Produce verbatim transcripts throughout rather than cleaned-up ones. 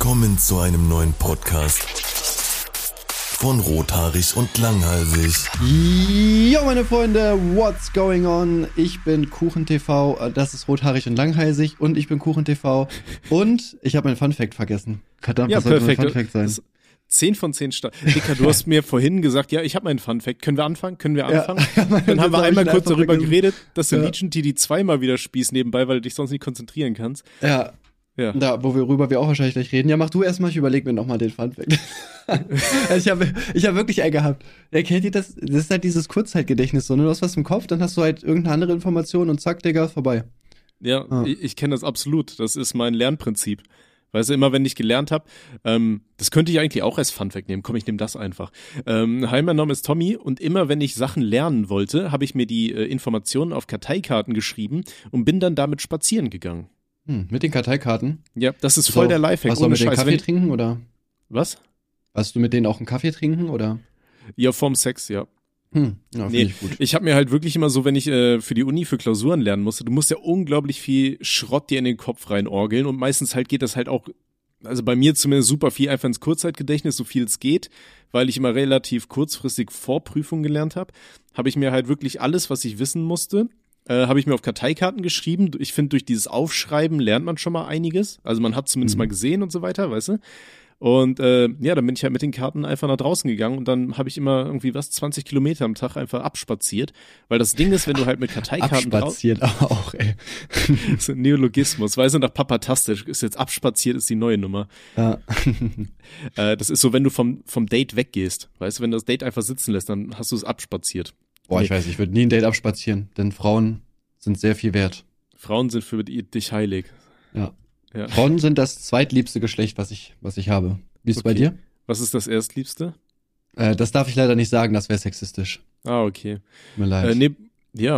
Willkommen zu einem neuen Podcast von Rothaarig und Langhalsig. Jo, meine Freunde, what's going on? Ich bin KuchenTV, das ist Rothaarig und Langhalsig und ich bin KuchenTV und ich habe mein Funfact vergessen. Verdammt, ja, das sollte perfekt. mein Funfact sein. Das zehn von zehn Sterne. Dicker, du hast mir vorhin gesagt, ja, ich habe meinen Funfact. Können wir anfangen? Können wir anfangen? Ja, Dann haben wir hab einmal ich kurz darüber vergessen. geredet, dass du Ja. Legion T D zweimal wieder spielst nebenbei, weil du dich sonst nicht konzentrieren kannst. Ja, Ja. da, wo wir rüber wir auch wahrscheinlich gleich reden. Ja, mach du erstmal, ich überlege mir nochmal den Funfact. Also ich habe ich hab wirklich einen gehabt. Ja, kennt ihr das? Das ist halt dieses Kurzzeitgedächtnis. So, ne? Du hast was im Kopf, dann hast du halt irgendeine andere Information und zack, Digga, vorbei. Ja, Ah. ich, ich kenne das absolut. Das ist mein Lernprinzip. Weißt du, immer wenn ich gelernt habe, ähm, das könnte ich eigentlich auch als Funfact nehmen. Komm, ich nehme das einfach. Ähm, hi, mein Name ist Tommy und immer wenn ich Sachen lernen wollte, habe ich mir die äh, Informationen auf Karteikarten geschrieben und bin dann damit spazieren gegangen. Hm, mit den Karteikarten. Ja, das ist voll der Lifehack. Warst du Ohne mit denen Scheiß. Kaffee Wenn, trinken oder? was? Warst du mit denen auch einen Kaffee trinken oder? Ja, vorm Sex, ja. Hm, ja, finde Nee, ich gut. ich habe mir halt wirklich immer so, wenn ich äh, für die Uni für Klausuren lernen musste, du musst ja unglaublich viel Schrott dir in den Kopf reinorgeln und meistens halt geht das halt auch, also bei mir zumindest super viel einfach ins Kurzzeitgedächtnis, so viel es geht, weil ich immer relativ kurzfristig Vorprüfungen gelernt habe, habe ich mir halt wirklich alles, was ich wissen musste, äh, habe ich mir auf Karteikarten geschrieben. Ich finde, durch dieses Aufschreiben lernt man schon mal einiges, also man hat zumindest Mhm. mal gesehen und so weiter, weißt du? Und äh, ja, dann bin ich halt mit den Karten einfach nach draußen gegangen und dann habe ich immer irgendwie was, zwanzig Kilometer am Tag einfach abspaziert. Weil das Ding ist, wenn du halt mit Karteikarten drauf... Abspaziert auch, ey. Das ist ein Neologismus, weißt du, nach Papatastisch ist jetzt abspaziert, ist die neue Nummer. Ja. Äh, das ist so, wenn du vom, vom Date weggehst, weißt du, wenn du das Date einfach sitzen lässt, dann hast du es abspaziert. Boah, ich Nee. weiß, ich würde nie ein Date abspazieren, denn Frauen sind sehr viel wert. Frauen sind für dich heilig. Ja. Ja. Frauen sind das zweitliebste Geschlecht, was ich, was ich habe. Wie ist es bei Okay. dir? Was ist das Erstliebste? Äh, das darf ich leider nicht sagen, das wäre sexistisch. Ah, okay. Tut mir leid. Äh, nee, ja.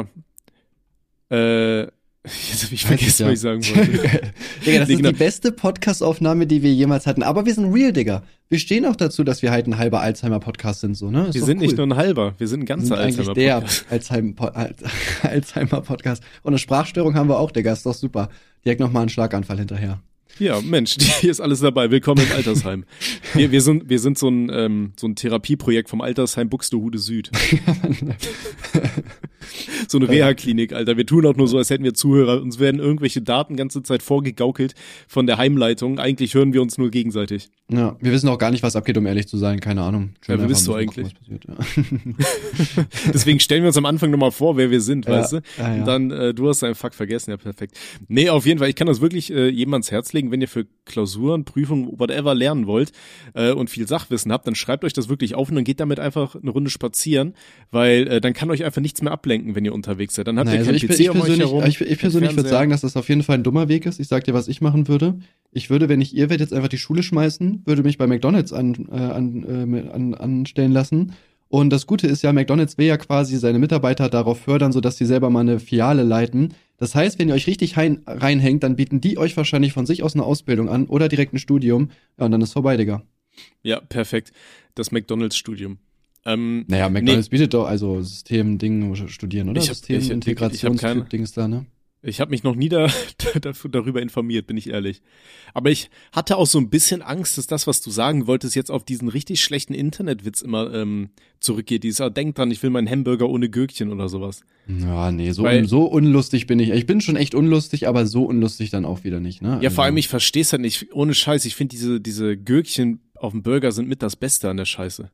Äh, jetzt habe ich vergessen, Ja. was ich sagen wollte. Digga, das Nee, ist genau. die beste Podcast-Aufnahme, die wir jemals hatten. Aber wir sind real, Digga. Wir stehen auch dazu, dass wir halt ein halber Alzheimer-Podcast sind, so, ne? Ist Wir doch sind cool. nicht nur ein halber, wir sind ein Wir ganzer sind eigentlich der Alzheimer-Podcast. Alzheimer- Al- Alzheimer-Podcast. Und eine Sprachstörung haben wir auch, Digga. Ist doch super. Direkt nochmal einen Schlaganfall hinterher. Ja, Mensch, hier ist alles dabei. Willkommen im Altersheim. Wir, wir sind, wir sind so ein, ähm, so ein Therapieprojekt vom Altersheim Buxtehude Süd. So eine Reha-Klinik, Alter. Wir tun auch nur so, als hätten wir Zuhörer. Uns werden irgendwelche Daten ganze Zeit vorgegaukelt von der Heimleitung. Eigentlich hören wir uns nur gegenseitig. Ja, wir wissen auch gar nicht, was abgeht, um ehrlich zu sein. Keine Ahnung. Ja, wer einfach bist du ein bisschen eigentlich? gucken, was passiert, ja. Deswegen stellen wir uns am Anfang nochmal vor, wer wir sind, Ja, weißt du? ja, ja. Und dann, äh, du hast deinen Fuck vergessen, ja, perfekt. Nee, auf jeden Fall, ich kann das wirklich äh, jedem ans Herz legen, wenn ihr für Klausuren, Prüfungen, whatever lernen wollt äh, und viel Sachwissen habt, dann schreibt euch das wirklich auf und dann geht damit einfach eine Runde spazieren, weil äh, dann kann euch einfach nichts mehr ablenken, wenn ihr unterwegs seid. Dann habt Nein, ihr also keinen ich, P C ich, um euch persönlich, herum. ich, ich persönlich würde Fernseher. sagen, dass das auf jeden Fall ein dummer Weg ist. Ich sag dir, was ich machen würde. Ich würde, wenn ich ihr wärt, jetzt einfach die Schule schmeißen, würde mich bei McDonalds an, äh, an, äh, mit- an, anstellen lassen. Und das Gute ist ja, McDonalds will ja quasi seine Mitarbeiter darauf fördern, sodass sie selber mal eine Filiale leiten. Das heißt, wenn ihr euch richtig rein, reinhängt, dann bieten die euch wahrscheinlich von sich aus eine Ausbildung an oder direkt ein Studium. Ja, und dann ist vorbei, Digga. Ja, perfekt. Das McDonalds-Studium. Ähm, Naja, McDonalds bietet doch also System-Ding studieren, oder? Ich hab- ich- ich- ich hab Systemintegrations-Dings da, ne? Ich habe mich noch nie da, dafür, darüber informiert, bin ich ehrlich. Aber ich hatte auch so ein bisschen Angst, dass das, was du sagen wolltest, jetzt auf diesen richtig schlechten Internetwitz immer ähm, zurückgeht. Dieser, denk dran, ich will meinen Hamburger ohne Gürkchen oder sowas. Ja, nee, so, Weil- un, so unlustig bin ich. Ich bin schon echt unlustig, aber so unlustig dann auch wieder nicht, ne? Ja, vor Also- allem, ich verstehe es halt nicht. Ohne Scheiß, ich finde diese, diese Gürkchen auf dem Burger sind mit das Beste an der Scheiße.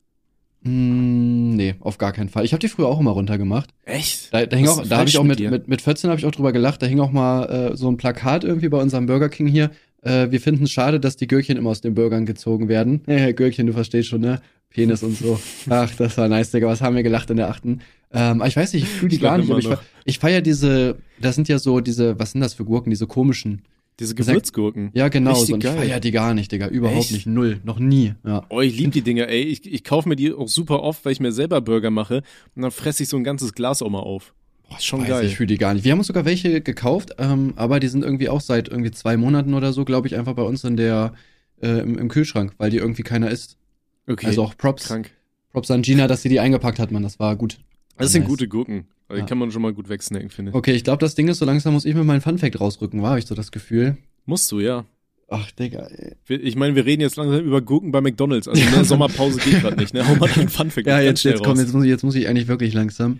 Mm, nee, auf gar keinen Fall. Ich habe die früher auch immer runtergemacht. Echt? Da, da hing Was auch, ist da habe ich falsch auch mit, mit dir? mit, mit vierzehn habe ich auch drüber gelacht, da hing auch mal äh, so ein Plakat irgendwie bei unserem Burger King hier. Äh, wir finden es schade, dass die Gürkchen immer aus den Burgern gezogen werden. Äh, Gürkchen, du verstehst schon, ne? Penis und so. Ach, das war nice, Digga. Was haben wir gelacht in der achten? Ähm, aber ich weiß nicht, ich fühle die Ich gar lach nicht. Aber immer ich, fe- ich feier diese, das sind ja so diese, was sind das für Gurken, diese komischen. Diese Das ist ja- Gewürzgurken. Ja, genau, Richtig so, und ich geil. feier die gar nicht, Digga. Überhaupt Echt? nicht. Null. Noch nie. Ja. Oh, ich liebe die Dinger, ey. Ich, ich kaufe mir die auch super oft, weil ich mir selber Burger mache. Und dann fresse ich so ein ganzes Glas auch mal auf. Boah, ist schon Weiß geil. Ich fühle die gar nicht. Wir haben uns sogar welche gekauft, ähm, aber die sind irgendwie auch seit irgendwie zwei Monaten oder so, glaube ich, einfach bei uns in der, äh, im, im Kühlschrank, weil die irgendwie keiner isst. Okay, Also auch Props. krank. Props an Gina, dass sie die eingepackt hat, man. Das war gut. Das sind Nice. gute Gurken. Also Ja. Die kann man schon mal gut wegsnacken, finde ich. Okay, ich glaube, das Ding ist, so langsam muss ich mir meinen Funfact rausrücken, war, habe ich so das Gefühl. Musst du, ja. Ach, Digga, ey. Ich meine, wir reden jetzt langsam über Gurken bei McDonalds. Also eine Sommerpause geht gerade nicht, ne? Hau mal den Funfact Ja, ganz jetzt, schnell jetzt komm, raus. jetzt muss ich, jetzt muss ich eigentlich wirklich langsam.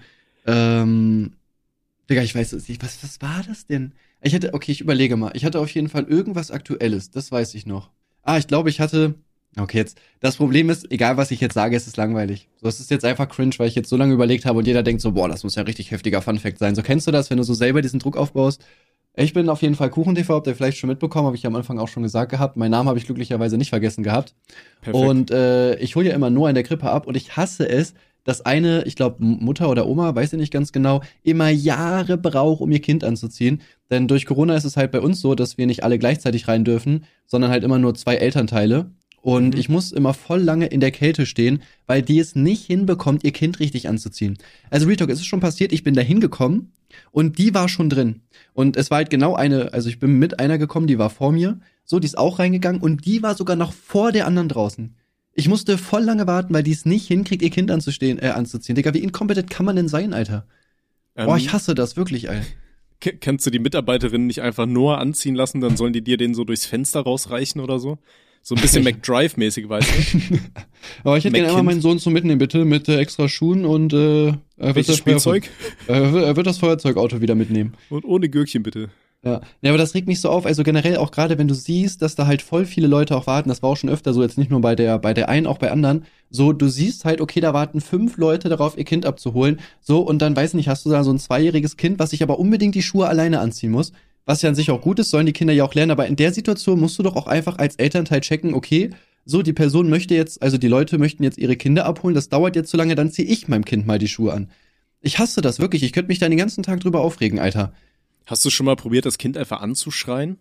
Ähm, Digga, ich weiß es nicht. Was, was war das denn? Ich hatte, okay, ich überlege mal. Ich hatte auf jeden Fall irgendwas Aktuelles. Das weiß ich noch. Ah, ich glaube, ich hatte, okay, jetzt, das Problem ist, egal was ich jetzt sage, es ist langweilig. So, es ist jetzt einfach cringe, weil ich jetzt so lange überlegt habe und jeder denkt so, boah, das muss ja ein richtig heftiger Funfact sein. So, kennst du das, wenn du so selber diesen Druck aufbaust? Ich bin auf jeden Fall KuchenTV, habt ihr vielleicht schon mitbekommen, habe ich ja am Anfang auch schon gesagt gehabt. Meinen Namen habe ich glücklicherweise nicht vergessen gehabt. Perfekt. Und äh, ich hole ja immer nur in der Krippe ab und ich hasse es, dass eine, ich glaube Mutter oder Oma, weiß ich nicht ganz genau, immer Jahre braucht, um ihr Kind anzuziehen. Denn durch Corona ist es halt bei uns so, dass wir nicht alle gleichzeitig rein dürfen, sondern halt immer nur zwei Elternteile. Und Mhm. ich muss immer voll lange in der Kälte stehen, weil die es nicht hinbekommt, ihr Kind richtig anzuziehen. Also Real Talk, es ist schon passiert, ich bin da hingekommen und die war schon drin. Und es war halt genau eine, also ich bin mit einer gekommen, die war vor mir, so, die ist auch reingegangen und die war sogar noch vor der anderen draußen. Ich musste voll lange warten, weil die es nicht hinkriegt, ihr Kind anzustehen, äh, anzuziehen. Digga, wie inkompetent kann man denn sein, Alter? Ähm, Boah, ich hasse das, wirklich, Alter. k- kannst du die Mitarbeiterinnen nicht einfach Noah anziehen lassen, dann sollen die dir den so durchs Fenster rausreichen oder so? So ein bisschen McDrive-mäßig, weißt du? Aber ich hätte gerne McKind. einmal meinen Sohn zum Mitnehmen, bitte, mit äh, extra Schuhen und äh, er, wird Welches das Feuer- Spielzeug? er, wird, er wird das Feuerzeugauto wieder mitnehmen. Und ohne Gürkchen, bitte. Ja. Ja, aber das regt mich so auf, also generell auch gerade, wenn du siehst, dass da halt voll viele Leute auch warten, das war auch schon öfter so, jetzt nicht nur bei der, bei der einen, auch bei anderen, so, du siehst halt, okay, da warten fünf Leute darauf, ihr Kind abzuholen, so, und dann, weiß nicht, hast du da so ein zweijähriges Kind, was sich aber unbedingt die Schuhe alleine anziehen muss, was ja an sich auch gut ist, sollen die Kinder ja auch lernen, aber in der Situation musst du doch auch einfach als Elternteil checken, okay, so, die Person möchte jetzt, also die Leute möchten jetzt ihre Kinder abholen, das dauert jetzt so lange, dann zieh ich meinem Kind mal die Schuhe an. Ich hasse das wirklich, ich könnte mich da den ganzen Tag drüber aufregen, Alter. Hast du schon mal probiert, das Kind einfach anzuschreien?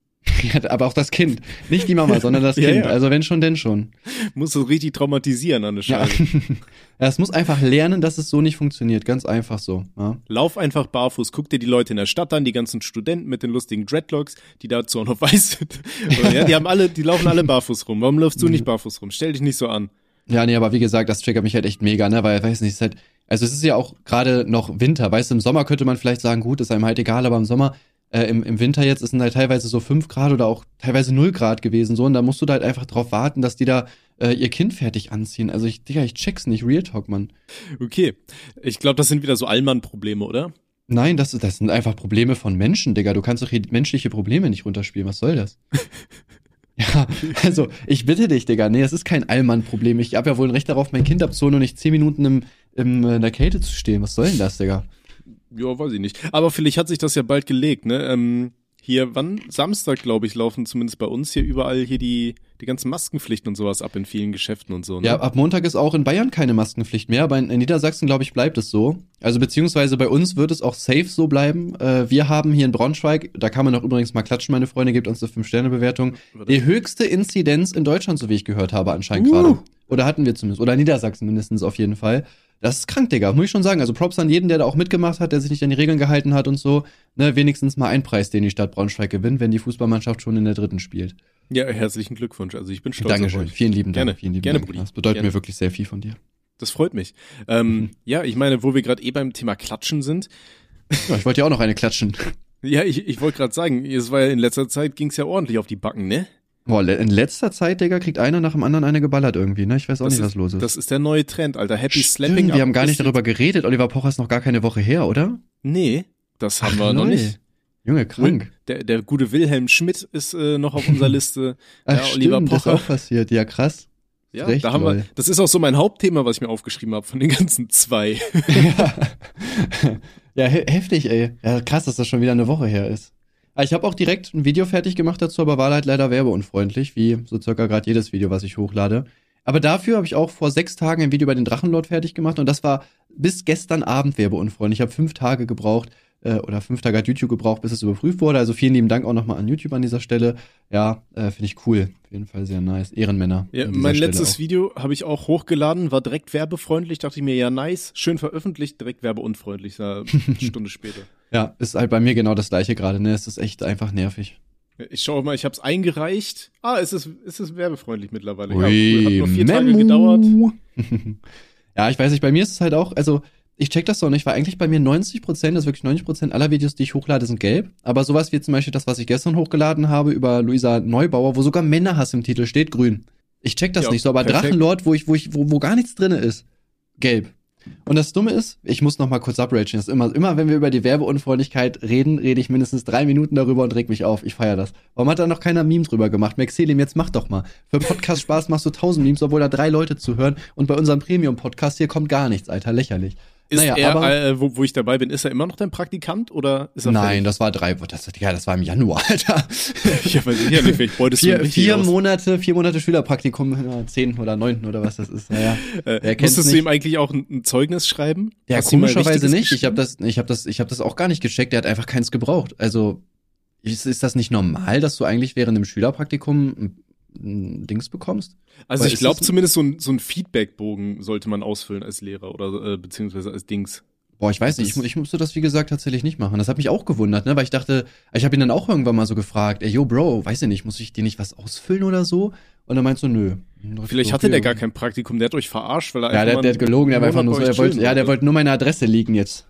Ja, aber auch das Kind. Nicht die Mama, sondern das Ja, Kind. ja. Also wenn schon, denn schon. Musst du richtig traumatisieren an der Ja. Scheibe. Ja, es muss einfach lernen, dass es so nicht funktioniert. Ganz einfach so. Ja. Lauf einfach barfuß, guck dir die Leute in der Stadt an, die ganzen Studenten mit den lustigen Dreadlocks, die dazu auch noch weiß sind. Und ja, die haben alle, die laufen alle barfuß rum. Warum läufst du nicht barfuß rum? Stell dich nicht so an. Ja, nee, aber wie gesagt, das triggert mich halt echt mega, ne, weil, weiß nicht, es ist halt, also es ist ja auch gerade noch Winter, weißt du, im Sommer könnte man vielleicht sagen, gut, ist einem halt egal, aber im Sommer, äh, im, im Winter jetzt ist es halt teilweise so fünf Grad oder auch teilweise null Grad gewesen, so, und da musst du da halt einfach drauf warten, dass die da äh, ihr Kind fertig anziehen. Also ich, Digga, ich check's nicht, Real Talk, Mann. Okay. Ich glaube, das sind wieder so Allmann-Probleme, oder? Nein, das, das sind einfach Probleme von Menschen, Digga, du kannst doch hier menschliche Probleme nicht runterspielen, was soll das? Ja, also, ich bitte dich, Digga, nee, das ist kein Allmann-Problem. Ich hab ja wohl ein Recht darauf, mein Kind abzuholen und nicht zehn Minuten im, im, in der Kälte zu stehen. Was soll denn das, Digga? Ja, weiß ich nicht. Aber vielleicht hat sich das ja bald gelegt, ne? Ähm, hier, wann? Samstag, glaube ich, laufen zumindest bei uns hier überall hier die, die ganzen Maskenpflichten und sowas ab in vielen Geschäften und so, ne? Ja, ab Montag ist auch in Bayern keine Maskenpflicht mehr, aber in, in Niedersachsen, glaube ich, bleibt es so. Also beziehungsweise bei uns wird es auch safe so bleiben. Äh, wir haben hier in Braunschweig, da kann man auch übrigens mal klatschen, meine Freunde, gebt uns eine fünf Sterne Bewertung, die höchste Inzidenz in Deutschland, so wie ich gehört habe, anscheinend Uh. gerade. Oder hatten wir zumindest. Oder Niedersachsen mindestens auf jeden Fall. Das ist krank, Digga, muss ich schon sagen. Also Props an jeden, der da auch mitgemacht hat, der sich nicht an die Regeln gehalten hat und so. Ne, wenigstens mal ein Preis, den die Stadt Braunschweig gewinnt, wenn die Fußballmannschaft schon in der dritten spielt. Ja, herzlichen Glückwunsch. Also ich bin stolz Dankeschön, auf euch. vielen lieben Dank. Gerne, vielen lieben gerne, Dank. Brudi. Das bedeutet Gerne. mir wirklich sehr viel von dir. Das freut mich. Ähm, Mhm. Ja, ich meine, wo wir gerade eh beim Thema Klatschen sind. Ja, ich wollte ja auch noch eine klatschen. Ja, ich, ich wollte gerade sagen, es war ja in letzter Zeit ging's ja ordentlich auf die Backen, ne? Boah, le- in letzter Zeit, Digga, kriegt einer nach dem anderen eine geballert irgendwie, ne? Ich weiß auch Das nicht, ist, was los ist. Das ist der neue Trend, Alter. Happy Stimmt, Slapping. wir haben gar ist nicht darüber geredet. Oliver Pocher ist noch gar keine Woche her, oder? Nee, das haben Ach, wir noch lol. nicht. Junge, krank. Der, der gute Wilhelm Schmidt ist äh, noch auf unserer Liste. Ach, ja, Oliver stimmt, das ist Pocher. auch passiert. Ja, krass. Ja, recht, da haben wir, lol. das ist auch so mein Hauptthema, was ich mir aufgeschrieben habe von den ganzen zwei. ja, ja he heftig, ey. Ja, krass, dass das schon wieder eine Woche her ist. Aber ich habe auch direkt ein Video fertig gemacht dazu, aber war halt leider werbeunfreundlich, wie so circa gerade jedes Video, was ich hochlade. Aber dafür habe ich auch vor sechs Tagen ein Video über den Drachenlord fertig gemacht und das war bis gestern Abend werbeunfreundlich. Ich habe fünf Tage gebraucht, äh, oder fünf Tage hat YouTube gebraucht, bis es überprüft wurde. Also vielen lieben Dank auch nochmal an YouTube an dieser Stelle. Ja, äh, finde ich cool. Auf jeden Fall sehr nice. Ehrenmänner. Ja, an dieser mein Stelle letztes auch. Video habe ich auch hochgeladen, war direkt werbefreundlich, dachte ich mir, ja nice, schön veröffentlicht, direkt werbeunfreundlich, so eine Stunde später. Ja, ist halt bei mir genau das gleiche gerade, ne? Es ist echt einfach nervig. Ich schaue mal, ich habe es eingereicht. Ah, es ist, es ist werbefreundlich mittlerweile. Ui, ja, cool. Hat nur vier Tage Memo. gedauert. Ja, ich weiß nicht, bei mir ist es halt auch, also ich check das doch nicht, weil eigentlich bei mir neunzig Prozent, das ist wirklich neunzig Prozent aller Videos, die ich hochlade, sind gelb. Aber sowas wie zum Beispiel das, was ich gestern hochgeladen habe über Luisa Neubauer, wo sogar Männerhass im Titel steht, grün. Ich check das ja, nicht so, aber perfekt. Drachenlord, wo ich, wo ich, wo, wo gar nichts drin ist, gelb. Und das Dumme ist, ich muss noch mal kurz abragen, das ist immer, immer wenn wir über die Werbeunfreundlichkeit reden, rede ich mindestens drei Minuten darüber und reg mich auf. Ich feiere das. Warum hat da noch keiner ein Meme drüber gemacht? Maxelim, jetzt mach doch mal. Für Podcast Spaß machst du tausend Memes, obwohl da drei Leute zuhören und bei unserem Premium-Podcast hier kommt gar nichts, Alter, lächerlich. Ist naja, er, aber, äh, wo, wo ich dabei bin, ist er immer noch dein Praktikant oder ist er Nein, fertig? das war drei, das, ja, das war im Januar, Alter. Ja, weiß ich ja nicht, vielleicht beutest du ihn Vier, richtig vier aus. Monate, vier Monate Schülerpraktikum, ja, zehnten oder neunten oder was das ist. Naja, Äh, wer kennt's musstest du nicht? ihm eigentlich auch ein, ein Zeugnis schreiben? Ja, Hast du ihm mal komischerweise richtiges nicht. Ich habe geschrieben? das, ich habe das, ich habe das auch gar nicht gecheckt. Der hat einfach keins gebraucht. Also ist, ist das nicht normal, dass du eigentlich während dem Schülerpraktikum ein, ein Dings bekommst? Also Weil ich ist glaube das- zumindest so ein, so ein Feedbackbogen sollte man ausfüllen als Lehrer oder äh, beziehungsweise als Dings. Boah, ich weiß nicht. Ich, mu- ich musste das wie gesagt tatsächlich nicht machen. Das hat mich auch gewundert, ne, weil ich dachte, ich habe ihn dann auch irgendwann mal so gefragt, ey, yo, Bro, weiß ich nicht, muss ich dir nicht was ausfüllen oder so? Und dann meinst du, nö. Vielleicht okay. hatte der gar kein Praktikum, der hat euch verarscht, weil er Ja, einfach der, mal der hat gelogen, der war einen einfach nur Monat so, bei er euch wollte, chillen ja, der wollte. wollte nur meine Adresse leaken jetzt.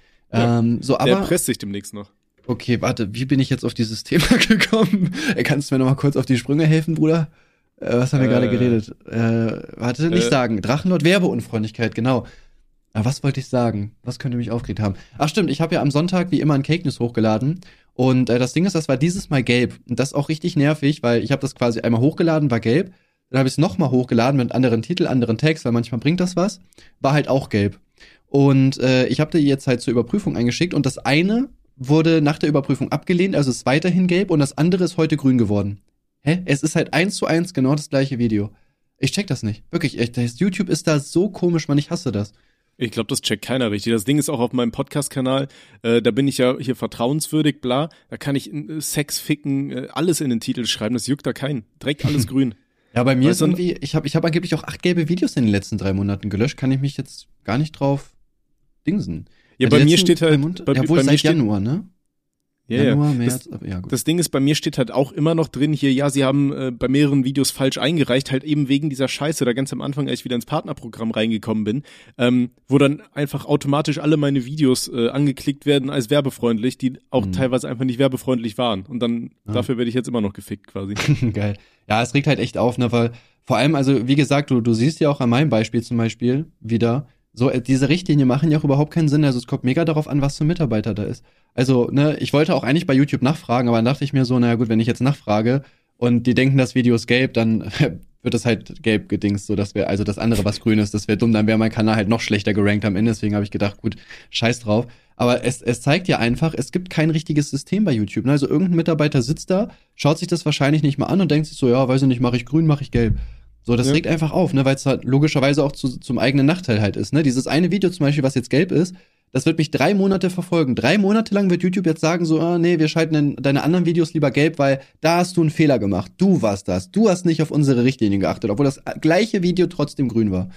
Ja. Ähm, so, Der aber, presst sich demnächst noch. okay, warte, wie bin ich jetzt auf dieses Thema gekommen? Ey, kannst du mir noch mal kurz auf die Sprünge helfen, Bruder? Äh, was haben wir Äh, gerade geredet? Äh, warte, nicht äh, sagen. Drachenlord, Werbeunfreundlichkeit, genau. Aber was wollte ich sagen? Was könnte mich aufgeregt haben? Ach stimmt, ich habe ja am Sonntag wie immer ein Cake News hochgeladen. Und äh, das Ding ist, das war dieses Mal gelb. Und das ist auch richtig nervig, weil ich habe das quasi einmal hochgeladen, war gelb. Dann habe ich es nochmal hochgeladen mit anderen Titel, anderen Text, weil manchmal bringt das was. War halt auch gelb. Und äh, ich habe die jetzt halt zur Überprüfung eingeschickt. Und das eine wurde nach der Überprüfung abgelehnt, also ist weiterhin gelb. Und das andere ist heute grün geworden. Hä? Es ist halt eins zu eins genau das gleiche Video. Ich check das nicht. Wirklich, echt. Das YouTube ist da so komisch, man, ich hasse das. Ich glaube, das checkt keiner richtig. Das Ding ist auch auf meinem Podcast-Kanal, äh, da bin ich ja hier vertrauenswürdig, bla. Da kann ich äh, Sex, Ficken, äh, alles in den Titel schreiben. Das juckt da keinen. Direkt alles grün. Ja, bei mir Weißt ist du- irgendwie, ich habe ich hab angeblich auch acht gelbe Videos in den letzten drei Monaten gelöscht. Kann ich mich jetzt gar nicht drauf dingsen. Ja, Die bei mir letzten steht drei halt, Monate- bei, ja, wohl bei mir seit steht, Januar, ne? ja, Januar, ja. März, Das, aber ja gut. das Ding ist, bei mir steht halt auch immer noch drin hier, ja, sie haben äh, bei mehreren Videos falsch eingereicht, halt eben wegen dieser Scheiße, da ganz am Anfang, als ich wieder ins Partnerprogramm reingekommen bin, ähm, wo dann einfach automatisch alle meine Videos äh, angeklickt werden als werbefreundlich, die auch Mhm. teilweise einfach nicht werbefreundlich waren. Und dann, Ja. dafür werde ich jetzt immer noch gefickt quasi. Geil. Ja, es regt halt echt auf, ne, weil vor allem, also wie gesagt, du, du siehst ja auch an meinem Beispiel zum Beispiel wieder, so äh, diese Richtlinien machen ja auch überhaupt keinen Sinn. Also es kommt mega darauf an, was für ein Mitarbeiter da ist. Also, ne, ich wollte auch eigentlich bei YouTube nachfragen, aber dann dachte ich mir so, naja gut, wenn ich jetzt nachfrage und die denken, das Video ist gelb, dann wird es halt gelb gedingst, so dass wir, also das andere, was grün ist, das wäre dumm, dann wäre mein Kanal halt noch schlechter gerankt am Ende, deswegen habe ich gedacht, gut, scheiß drauf. Aber es, es zeigt ja einfach, es gibt kein richtiges System bei YouTube. Ne? Also irgendein Mitarbeiter sitzt da, schaut sich das wahrscheinlich nicht mal an und denkt sich so, ja, weiß ich nicht, mache ich grün, mache ich gelb. So, das Ja. regt einfach auf, ne, weil es halt logischerweise auch zu, zum eigenen Nachteil halt ist. Ne? Dieses eine Video zum Beispiel, was jetzt gelb ist, das wird mich drei Monate verfolgen. Drei Monate lang wird YouTube jetzt sagen so, ah, nee, wir schalten in deine anderen Videos lieber gelb, weil da hast du einen Fehler gemacht. Du warst das. Du hast nicht auf unsere Richtlinien geachtet, obwohl das gleiche Video trotzdem grün war.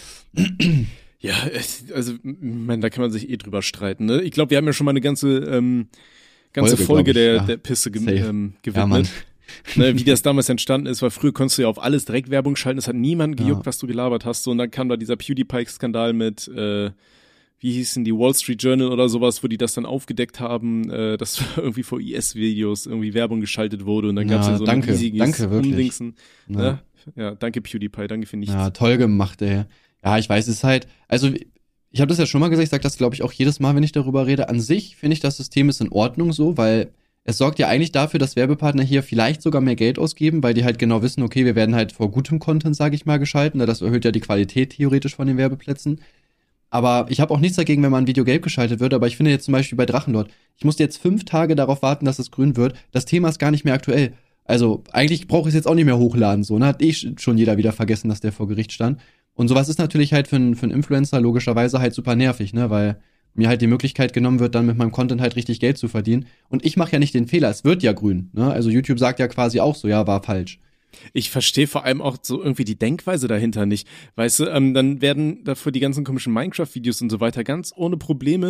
Ja, es, also, man, da kann man sich eh drüber streiten, ne? Ich glaube, wir haben ja schon mal eine ganze, ähm, ganze Folge, Folge, glaub ich, der, ja. der Pisse ge Safe. ähm, Ja, Mann. gewidmet. Ne, wie das damals entstanden ist, weil früher konntest du ja auf alles direkt Werbung schalten, es hat niemand gejuckt, Ja. was du gelabert hast, so, und dann kam da dieser PewDiePie-Skandal mit, äh, wie hießen die, Wall Street Journal oder sowas, wo die das dann aufgedeckt haben, äh, dass irgendwie vor I S-Videos irgendwie Werbung geschaltet wurde und dann Ja, gab's ja so danke, ein riesiges danke, wirklich. Umdingsen. Ja. Ne? Ja, danke PewDiePie, danke für nichts. Ja, toll gemacht, ey. Ja, ich weiß, es ist halt, also ich habe das ja schon mal gesagt, ich sage das glaube ich auch jedes Mal, wenn ich darüber rede. An sich finde ich, das System ist in Ordnung so, weil es sorgt ja eigentlich dafür, dass Werbepartner hier vielleicht sogar mehr Geld ausgeben, weil die halt genau wissen, okay, wir werden halt vor gutem Content, sage ich mal, geschalten. Das erhöht ja die Qualität theoretisch von den Werbeplätzen. Aber ich habe auch nichts dagegen, wenn mal ein Video gelb geschaltet wird, aber ich finde jetzt zum Beispiel bei Drachenlord, ich musste jetzt fünf Tage darauf warten, dass es grün wird. Das Thema ist gar nicht mehr aktuell. Also eigentlich brauche ich es jetzt auch nicht mehr hochladen, so, ne? Hat eh schon jeder wieder vergessen, dass der vor Gericht stand. Und sowas ist natürlich halt für einen für einen Influencer logischerweise halt super nervig, ne? Weil mir halt die Möglichkeit genommen wird, dann mit meinem Content halt richtig Geld zu verdienen. Und ich mache ja nicht den Fehler, es wird ja grün, ne? Also YouTube sagt ja quasi auch so, ja, war falsch. Ich verstehe vor allem auch so irgendwie die Denkweise dahinter nicht. Weißt du, ähm, dann werden dafür die ganzen komischen Minecraft-Videos und so weiter ganz ohne Probleme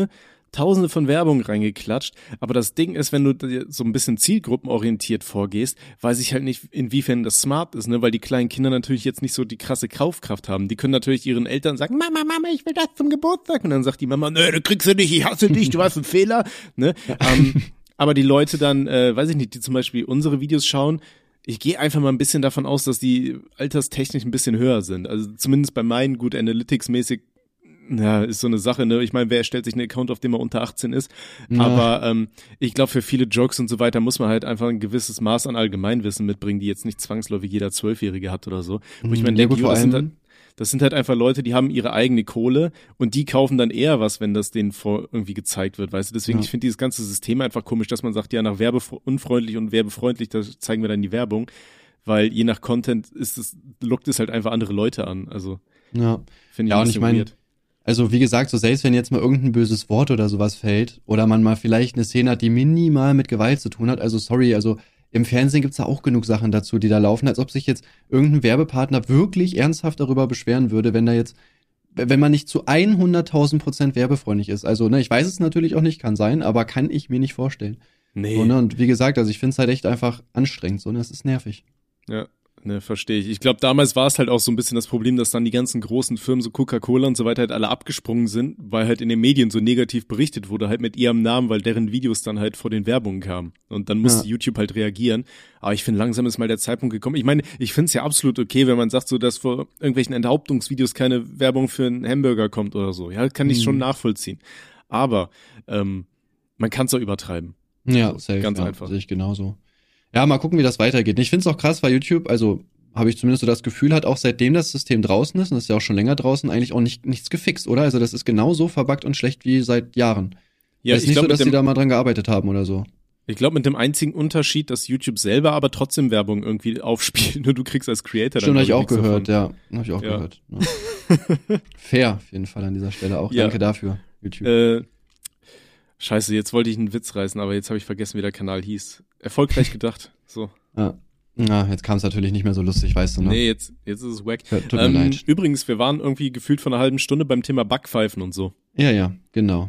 tausende von Werbung reingeklatscht, aber das Ding ist, wenn du so ein bisschen zielgruppenorientiert vorgehst, weiß ich halt nicht, inwiefern das smart ist, ne, weil die kleinen Kinder natürlich jetzt nicht so die krasse Kaufkraft haben. Die können natürlich ihren Eltern sagen, Mama, Mama, ich will das zum Geburtstag, und dann sagt die Mama, nö, du kriegst du nicht, ich hasse dich, du hast einen Fehler, ne, ähm, aber die Leute dann, äh, weiß ich nicht, die zum Beispiel unsere Videos schauen, ich gehe einfach mal ein bisschen davon aus, dass die alterstechnisch ein bisschen höher sind. Also zumindest bei meinen, gut, Analytics-mäßig, ja, ist so eine Sache, ne? Ich meine, wer erstellt sich einen Account, auf dem er unter achtzehn ist? Ja. Aber ähm, ich glaube, für viele Jokes und so weiter muss man halt einfach ein gewisses Maß an Allgemeinwissen mitbringen, die jetzt nicht zwangsläufig jeder Zwölfjährige hat oder so. Wo ich meine, ja, denke, gut, das sind halt Das sind halt einfach Leute, die haben ihre eigene Kohle und die kaufen dann eher was, wenn das denen vor irgendwie gezeigt wird, weißt du? Deswegen, ja. ich finde dieses ganze System einfach komisch, dass man sagt, ja, nach werbeunfreundlich und werbefreundlich, da zeigen wir dann die Werbung, weil je nach Content ist es, lockt es halt einfach andere Leute an, also. Ja, finde ich ja, ein und bisschen ich mein, weird. Also wie gesagt, so selbst wenn jetzt mal irgendein böses Wort oder sowas fällt oder man mal vielleicht eine Szene hat, die minimal mit Gewalt zu tun hat, also sorry, also im Fernsehen gibt's da auch genug Sachen dazu, die da laufen, als ob sich jetzt irgendein Werbepartner wirklich ernsthaft darüber beschweren würde, wenn da jetzt, wenn man nicht zu hunderttausend Prozent werbefreundlich ist. Also, ne, ich weiß es natürlich auch nicht, kann sein, aber kann ich mir nicht vorstellen. Nee. So, ne, und wie gesagt, also ich find's halt echt einfach anstrengend, so, ne, es ist nervig. Ja. Ne, verstehe ich. Ich glaube, damals war es halt auch so ein bisschen das Problem, dass dann die ganzen großen Firmen, so Coca-Cola und so weiter, halt alle abgesprungen sind, weil halt in den Medien so negativ berichtet wurde, halt mit ihrem Namen, weil deren Videos dann halt vor den Werbungen kamen. Und dann musste ja. YouTube halt reagieren. Aber ich finde, langsam ist mal der Zeitpunkt gekommen. Ich meine, ich finde es ja absolut okay, wenn man sagt, so, dass vor irgendwelchen Enthauptungsvideos keine Werbung für einen Hamburger kommt oder so. Ja, kann ich mhm. schon nachvollziehen. Aber ähm, man kann es auch übertreiben. Ja, safe, ganz ja, einfach. Sehe ich genauso. Ja, mal gucken, wie das weitergeht. Ich finde es auch krass, weil YouTube, also habe ich zumindest so das Gefühl, hat auch seitdem das System draußen ist, und das ist ja auch schon länger draußen, eigentlich auch nicht nichts gefixt, oder? Also das ist genauso verbuggt und schlecht wie seit Jahren. Ja, ist nicht glaub, so, dass dem, die da mal dran gearbeitet haben oder so. Ich glaube, mit dem einzigen Unterschied, dass YouTube selber aber trotzdem Werbung irgendwie aufspielt, nur du kriegst als Creator Schon dann habe ich auch gehört, davon. ja. Habe ich auch ja. gehört. Ja. Fair, auf jeden Fall an dieser Stelle auch. Ja. Danke dafür, YouTube. Äh, scheiße, jetzt wollte ich einen Witz reißen, aber jetzt habe ich vergessen, wie der Kanal hieß. Erfolgreich gedacht, so. Ja. Na, jetzt kam es natürlich nicht mehr so lustig, weißt du, ne? Nee, jetzt, jetzt ist es wack. Ja, tut mir ähm, leid. Übrigens, wir waren irgendwie gefühlt von einer halben Stunde beim Thema Backpfeifen und so. Ja, ja, genau.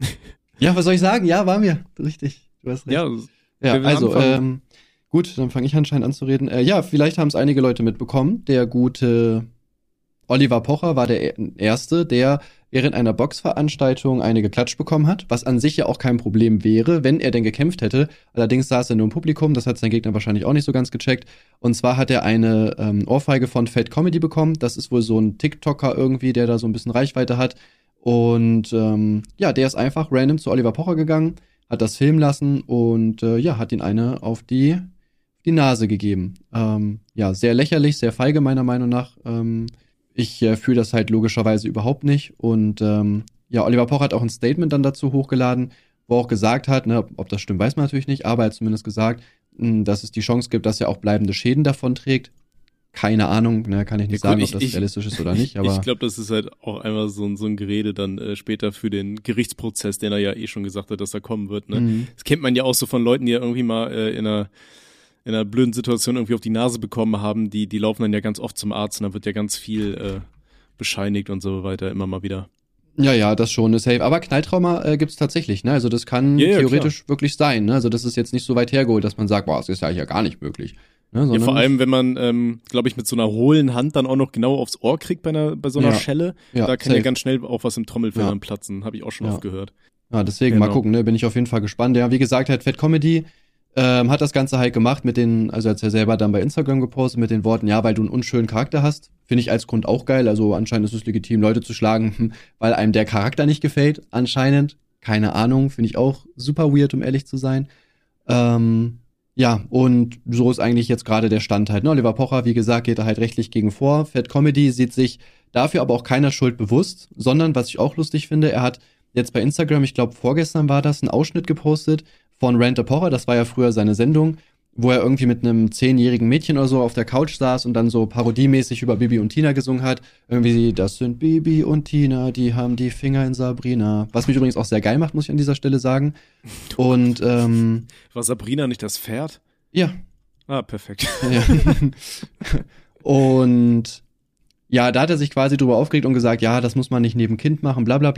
Ja, was soll ich sagen? Ja, waren wir. Richtig. Du hast recht. Ja, ja also, ähm, gut, dann fange ich anscheinend an zu reden. Äh, ja, vielleicht haben es einige Leute mitbekommen. Der gute Oliver Pocher war der Erste, der während einer Boxveranstaltung eine geklatscht bekommen hat, was an sich ja auch kein Problem wäre, wenn er denn gekämpft hätte. Allerdings saß er nur im Publikum, das hat sein Gegner wahrscheinlich auch nicht so ganz gecheckt. Und zwar hat er eine ähm, Ohrfeige von Fat Comedy bekommen. Das ist wohl so ein TikToker irgendwie, der da so ein bisschen Reichweite hat. Und ähm, ja, der ist einfach random zu Oliver Pocher gegangen, hat das filmen lassen und äh, ja, hat ihn eine auf die, die Nase gegeben. Ähm, ja, sehr lächerlich, sehr feige meiner Meinung nach. Ähm, Ich äh, fühle das halt logischerweise überhaupt nicht. Und ähm, ja, Oliver Pocher hat auch ein Statement dann dazu hochgeladen, wo er auch gesagt hat, ne, ob das stimmt, weiß man natürlich nicht, aber er hat zumindest gesagt, mh, dass es die Chance gibt, dass er auch bleibende Schäden davon trägt. Keine Ahnung, ne, kann ich nicht ja, gut, sagen, ich, ob das ich, realistisch ist oder nicht. Aber ich glaube, das ist halt auch einfach so ein, so ein Gerede dann äh, später für den Gerichtsprozess, den er ja eh schon gesagt hat, dass er kommen wird. Ne? Mhm. Das kennt man ja auch so von Leuten, die ja irgendwie mal äh, in einer in einer blöden Situation irgendwie auf die Nase bekommen haben, die, die laufen dann ja ganz oft zum Arzt und da wird ja ganz viel äh, bescheinigt und so weiter, immer mal wieder. Ja, ja, das schon, ist safe. Aber Knalltrauma äh, gibt's tatsächlich, ne? Also das kann ja, ja, theoretisch klar. wirklich sein, ne? Also das ist jetzt nicht so weit hergeholt, dass man sagt, boah, das ist ja hier gar nicht möglich. Ne? Ja, vor allem, wenn man, ähm, glaube ich, mit so einer hohlen Hand dann auch noch genau aufs Ohr kriegt bei einer bei so einer ja. Schelle, ja, da kann safe. ja ganz schnell auch was im Trommelfell ja. dann platzen, habe ich auch schon ja. oft gehört. Ja, deswegen genau. mal gucken, ne? Bin ich auf jeden Fall gespannt. Ja, wie gesagt, halt Fat Comedy Ähm, hat das Ganze halt gemacht mit den, also als er selber dann bei Instagram gepostet mit den Worten, ja, weil du einen unschönen Charakter hast, finde ich als Grund auch geil, also anscheinend ist es legitim, Leute zu schlagen, weil einem der Charakter nicht gefällt, anscheinend, keine Ahnung, finde ich auch super weird, um ehrlich zu sein. Ähm, ja, und so ist eigentlich jetzt gerade der Stand halt, ne? Oliver Pocher, wie gesagt, geht da halt rechtlich gegen vor, Fat Comedy sieht sich dafür aber auch keiner Schuld bewusst, sondern, was ich auch lustig finde, er hat jetzt bei Instagram, ich glaube vorgestern war das, einen Ausschnitt gepostet von Rant a Pocher, das war ja früher seine Sendung, wo er irgendwie mit einem zehnjährigen Mädchen oder so auf der Couch saß und dann so parodiemäßig über Bibi und Tina gesungen hat. Irgendwie, das sind Bibi und Tina, die haben die Finger in Sabrina. Was mich übrigens auch sehr geil macht, muss ich an dieser Stelle sagen. Und, ähm... War Sabrina nicht das Pferd? Ja. Ah, perfekt. Ja. Und ja, da hat er sich quasi drüber aufgeregt und gesagt, ja, das muss man nicht neben Kind machen, bla bla bla.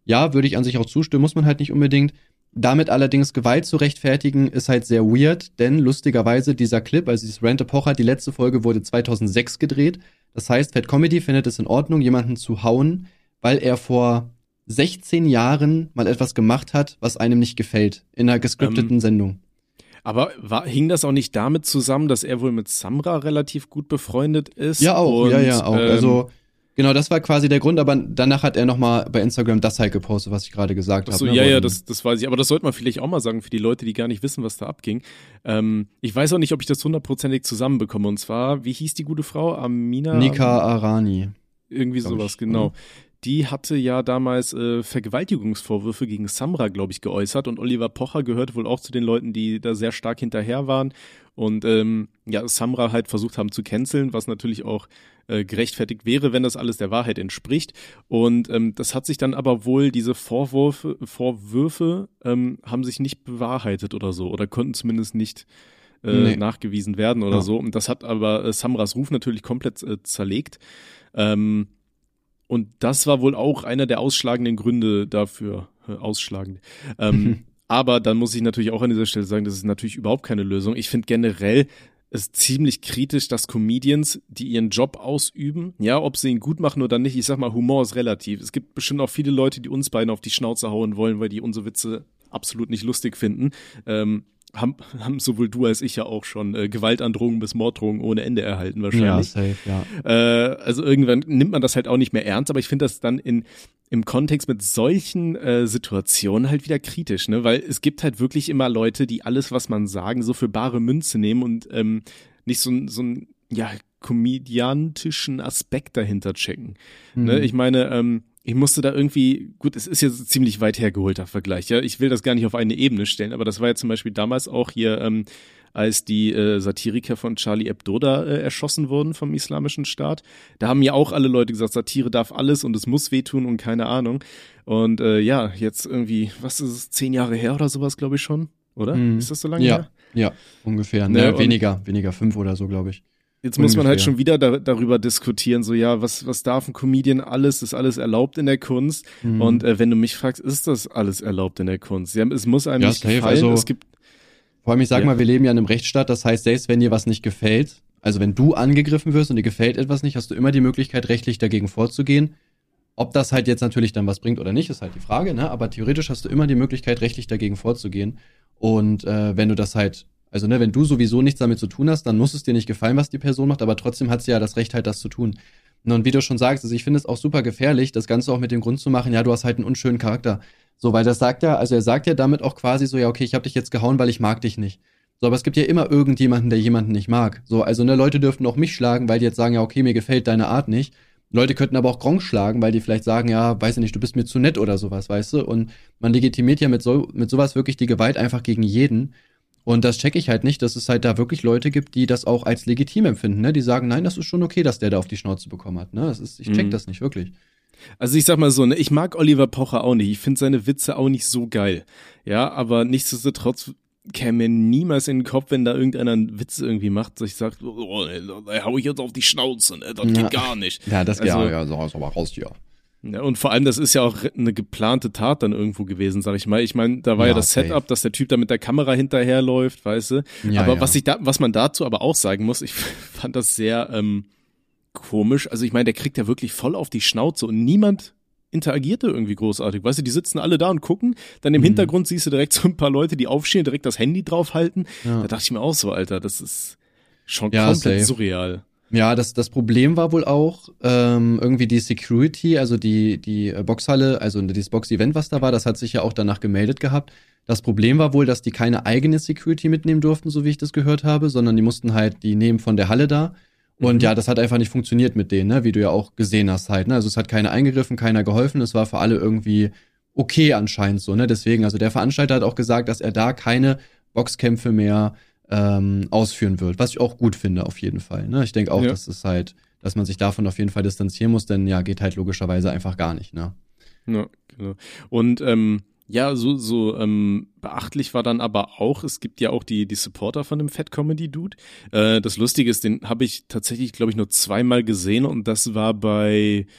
ja, würde ich an sich auch zustimmen, muss man halt nicht unbedingt. Damit allerdings Gewalt zu rechtfertigen, ist halt sehr weird, denn lustigerweise dieser Clip, also dieses Rant Pocher, die letzte Folge wurde zweitausendsechs gedreht. Das heißt, Fat Comedy findet es in Ordnung, jemanden zu hauen, weil er vor sechzehn Jahren mal etwas gemacht hat, was einem nicht gefällt, in einer gescripteten ähm, Sendung. Aber war, hing das auch nicht damit zusammen, dass er wohl mit Samra relativ gut befreundet ist? Ja, auch, und, ja, ja, auch. Ähm, also, genau, das war quasi der Grund, aber danach hat er nochmal bei Instagram das halt gepostet, was ich gerade gesagt habe. Achso, ne? ja, ja, das, das weiß ich. Aber das sollte man vielleicht auch mal sagen für die Leute, die gar nicht wissen, was da abging. Ähm, ich weiß auch nicht, ob ich das hundertprozentig zusammenbekomme. Und zwar, wie hieß die gute Frau? Amina? Nika Arani. Irgendwie sowas, ich. genau. Mhm. Die hatte ja damals äh, Vergewaltigungsvorwürfe gegen Samra, glaube ich, geäußert. Und Oliver Pocher gehört wohl auch zu den Leuten, die da sehr stark hinterher waren. Und ähm, ja, Samra halt versucht haben zu canceln, was natürlich auch äh, gerechtfertigt wäre, wenn das alles der Wahrheit entspricht. Und ähm, das hat sich dann aber wohl, diese Vorwürfe, Vorwürfe ähm, haben sich nicht bewahrheitet oder so. Oder konnten zumindest nicht äh, nee. nachgewiesen werden oder ja. so. Und das hat aber äh, Samras Ruf natürlich komplett äh, zerlegt. Ähm, Und das war wohl auch einer der ausschlagenden Gründe dafür, äh, ausschlagend. Ähm, aber dann muss ich natürlich auch an dieser Stelle sagen, das ist natürlich überhaupt keine Lösung. Ich finde generell es ziemlich kritisch, dass Comedians, die ihren Job ausüben, ja, ob sie ihn gut machen oder nicht, ich sag mal, Humor ist relativ. Es gibt bestimmt auch viele Leute, die uns beiden auf die Schnauze hauen wollen, weil die unsere Witze absolut nicht lustig finden. Ähm, haben, haben sowohl du als ich ja auch schon äh, Gewaltandrohungen bis Morddrohungen ohne Ende erhalten wahrscheinlich. Ja, safe, ja. Äh, also irgendwann nimmt man das halt auch nicht mehr ernst, aber ich finde das dann in im Kontext mit solchen äh, Situationen halt wieder kritisch, ne, weil es gibt halt wirklich immer Leute, die alles, was man sagen, so für bare Münze nehmen und ähm, nicht so ein so ein ja komödiantischen Aspekt dahinter checken. Mhm. Ne, ich meine, ähm, ich musste da irgendwie, gut, es ist jetzt ziemlich weit hergeholter Vergleich, ja, ich will das gar nicht auf eine Ebene stellen, aber das war ja zum Beispiel damals auch hier, ähm, als die äh, Satiriker von Charlie Hebdo da äh, erschossen wurden vom Islamischen Staat. Da haben ja auch alle Leute gesagt, Satire darf alles und es muss wehtun und keine Ahnung. Und äh, ja, jetzt irgendwie, was ist es, zehn Jahre her oder sowas, glaube ich schon, oder? Mhm. Ist das so lange ja, her? Ja, ungefähr. Ne, ne, weniger, weniger, fünf oder so, glaube ich. Jetzt muss man halt schon wieder da, darüber diskutieren, so ja, was was darf ein Comedian alles, ist alles erlaubt in der Kunst? Mhm. Und äh, wenn du mich fragst, ist das alles erlaubt in der Kunst? Ja, es muss einem ja, nicht safe, gefallen, also, es gibt vor allem, ich sag ja. mal, wir leben ja in einem Rechtsstaat, das heißt, selbst wenn dir was nicht gefällt, also wenn du angegriffen wirst und dir gefällt etwas nicht, hast du immer die Möglichkeit, rechtlich dagegen vorzugehen. Ob das halt jetzt natürlich dann was bringt oder nicht, ist halt die Frage, ne? Aber theoretisch hast du immer die Möglichkeit, rechtlich dagegen vorzugehen. Und äh, wenn du das halt Also, ne, wenn du sowieso nichts damit zu tun hast, dann muss es dir nicht gefallen, was die Person macht, aber trotzdem hat sie ja das Recht halt, das zu tun. Und wie du schon sagst, also ich finde es auch super gefährlich, das Ganze auch mit dem Grund zu machen, ja, du hast halt einen unschönen Charakter. So, weil das sagt ja, also er sagt ja damit auch quasi so, ja, okay, ich hab dich jetzt gehauen, weil ich mag dich nicht. So, aber es gibt ja immer irgendjemanden, der jemanden nicht mag. So, also, ne, Leute dürften auch mich schlagen, weil die jetzt sagen, ja, okay, mir gefällt deine Art nicht. Leute könnten aber auch Gronk schlagen, weil die vielleicht sagen, ja, weiß ich nicht, du bist mir zu nett oder sowas, weißt du? Und man legitimiert ja mit so, mit sowas wirklich die Gewalt einfach gegen jeden. Und das checke ich halt nicht, dass es halt da wirklich Leute gibt, die das auch als legitim empfinden, ne? Die sagen, nein, das ist schon okay, dass der da auf die Schnauze bekommen hat, ne? Das ist, ich check mhm. das nicht wirklich. Also ich sag mal so, ne, ich mag Oliver Pocher auch nicht. Ich finde seine Witze auch nicht so geil. Ja, aber nichtsdestotrotz käme mir niemals in den Kopf, wenn da irgendeiner einen Witz irgendwie macht, dass ich sag, oh, da hau ich jetzt auf die Schnauze, ne? Das ja. geht gar nicht. Ja, das geht also, ja, so, so mal raus hier. Ja, und vor allem, das ist ja auch eine geplante Tat dann irgendwo gewesen, sag ich mal. Ich meine, da war ja, ja das safe. Setup, dass der Typ da mit der Kamera hinterherläuft, weißt du. Ja, aber ja. was ich da, was man dazu aber auch sagen muss, ich fand das sehr ähm, komisch. Also ich meine, der kriegt ja wirklich voll auf die Schnauze und niemand interagierte irgendwie großartig. Weißt du, die sitzen alle da und gucken. Dann im mhm. Hintergrund siehst du direkt so ein paar Leute, die aufstehen, direkt das Handy draufhalten. Ja. Da dachte ich mir auch so, Alter, das ist schon ja, komplett safe. surreal. Ja, das, das Problem war wohl auch ähm, irgendwie die Security, also die, die Boxhalle, also dieses Box-Event, was da war, das hat sich ja auch danach gemeldet gehabt. Das Problem war wohl, dass die keine eigene Security mitnehmen durften, so wie ich das gehört habe, sondern die mussten halt, die nehmen von der Halle da. Und mhm. ja, das hat einfach nicht funktioniert mit denen, ne, wie du ja auch gesehen hast halt, ne. Also es hat keiner eingegriffen, keiner geholfen, es war für alle irgendwie okay anscheinend so, ne. Deswegen, also der Veranstalter hat auch gesagt, dass er da keine Boxkämpfe mehr ähm, ausführen wird, was ich auch gut finde auf jeden Fall, ne. Ich denke auch, ja. dass es halt, dass man sich davon auf jeden Fall distanzieren muss, denn ja, geht halt logischerweise einfach gar nicht, ne. Ja, genau. Und ähm, ja, so so ähm, beachtlich war dann aber auch, es gibt ja auch die die Supporter von dem Fat Comedy Dude. Äh, das Lustige ist, den habe ich tatsächlich, glaube ich, nur zweimal gesehen und das war bei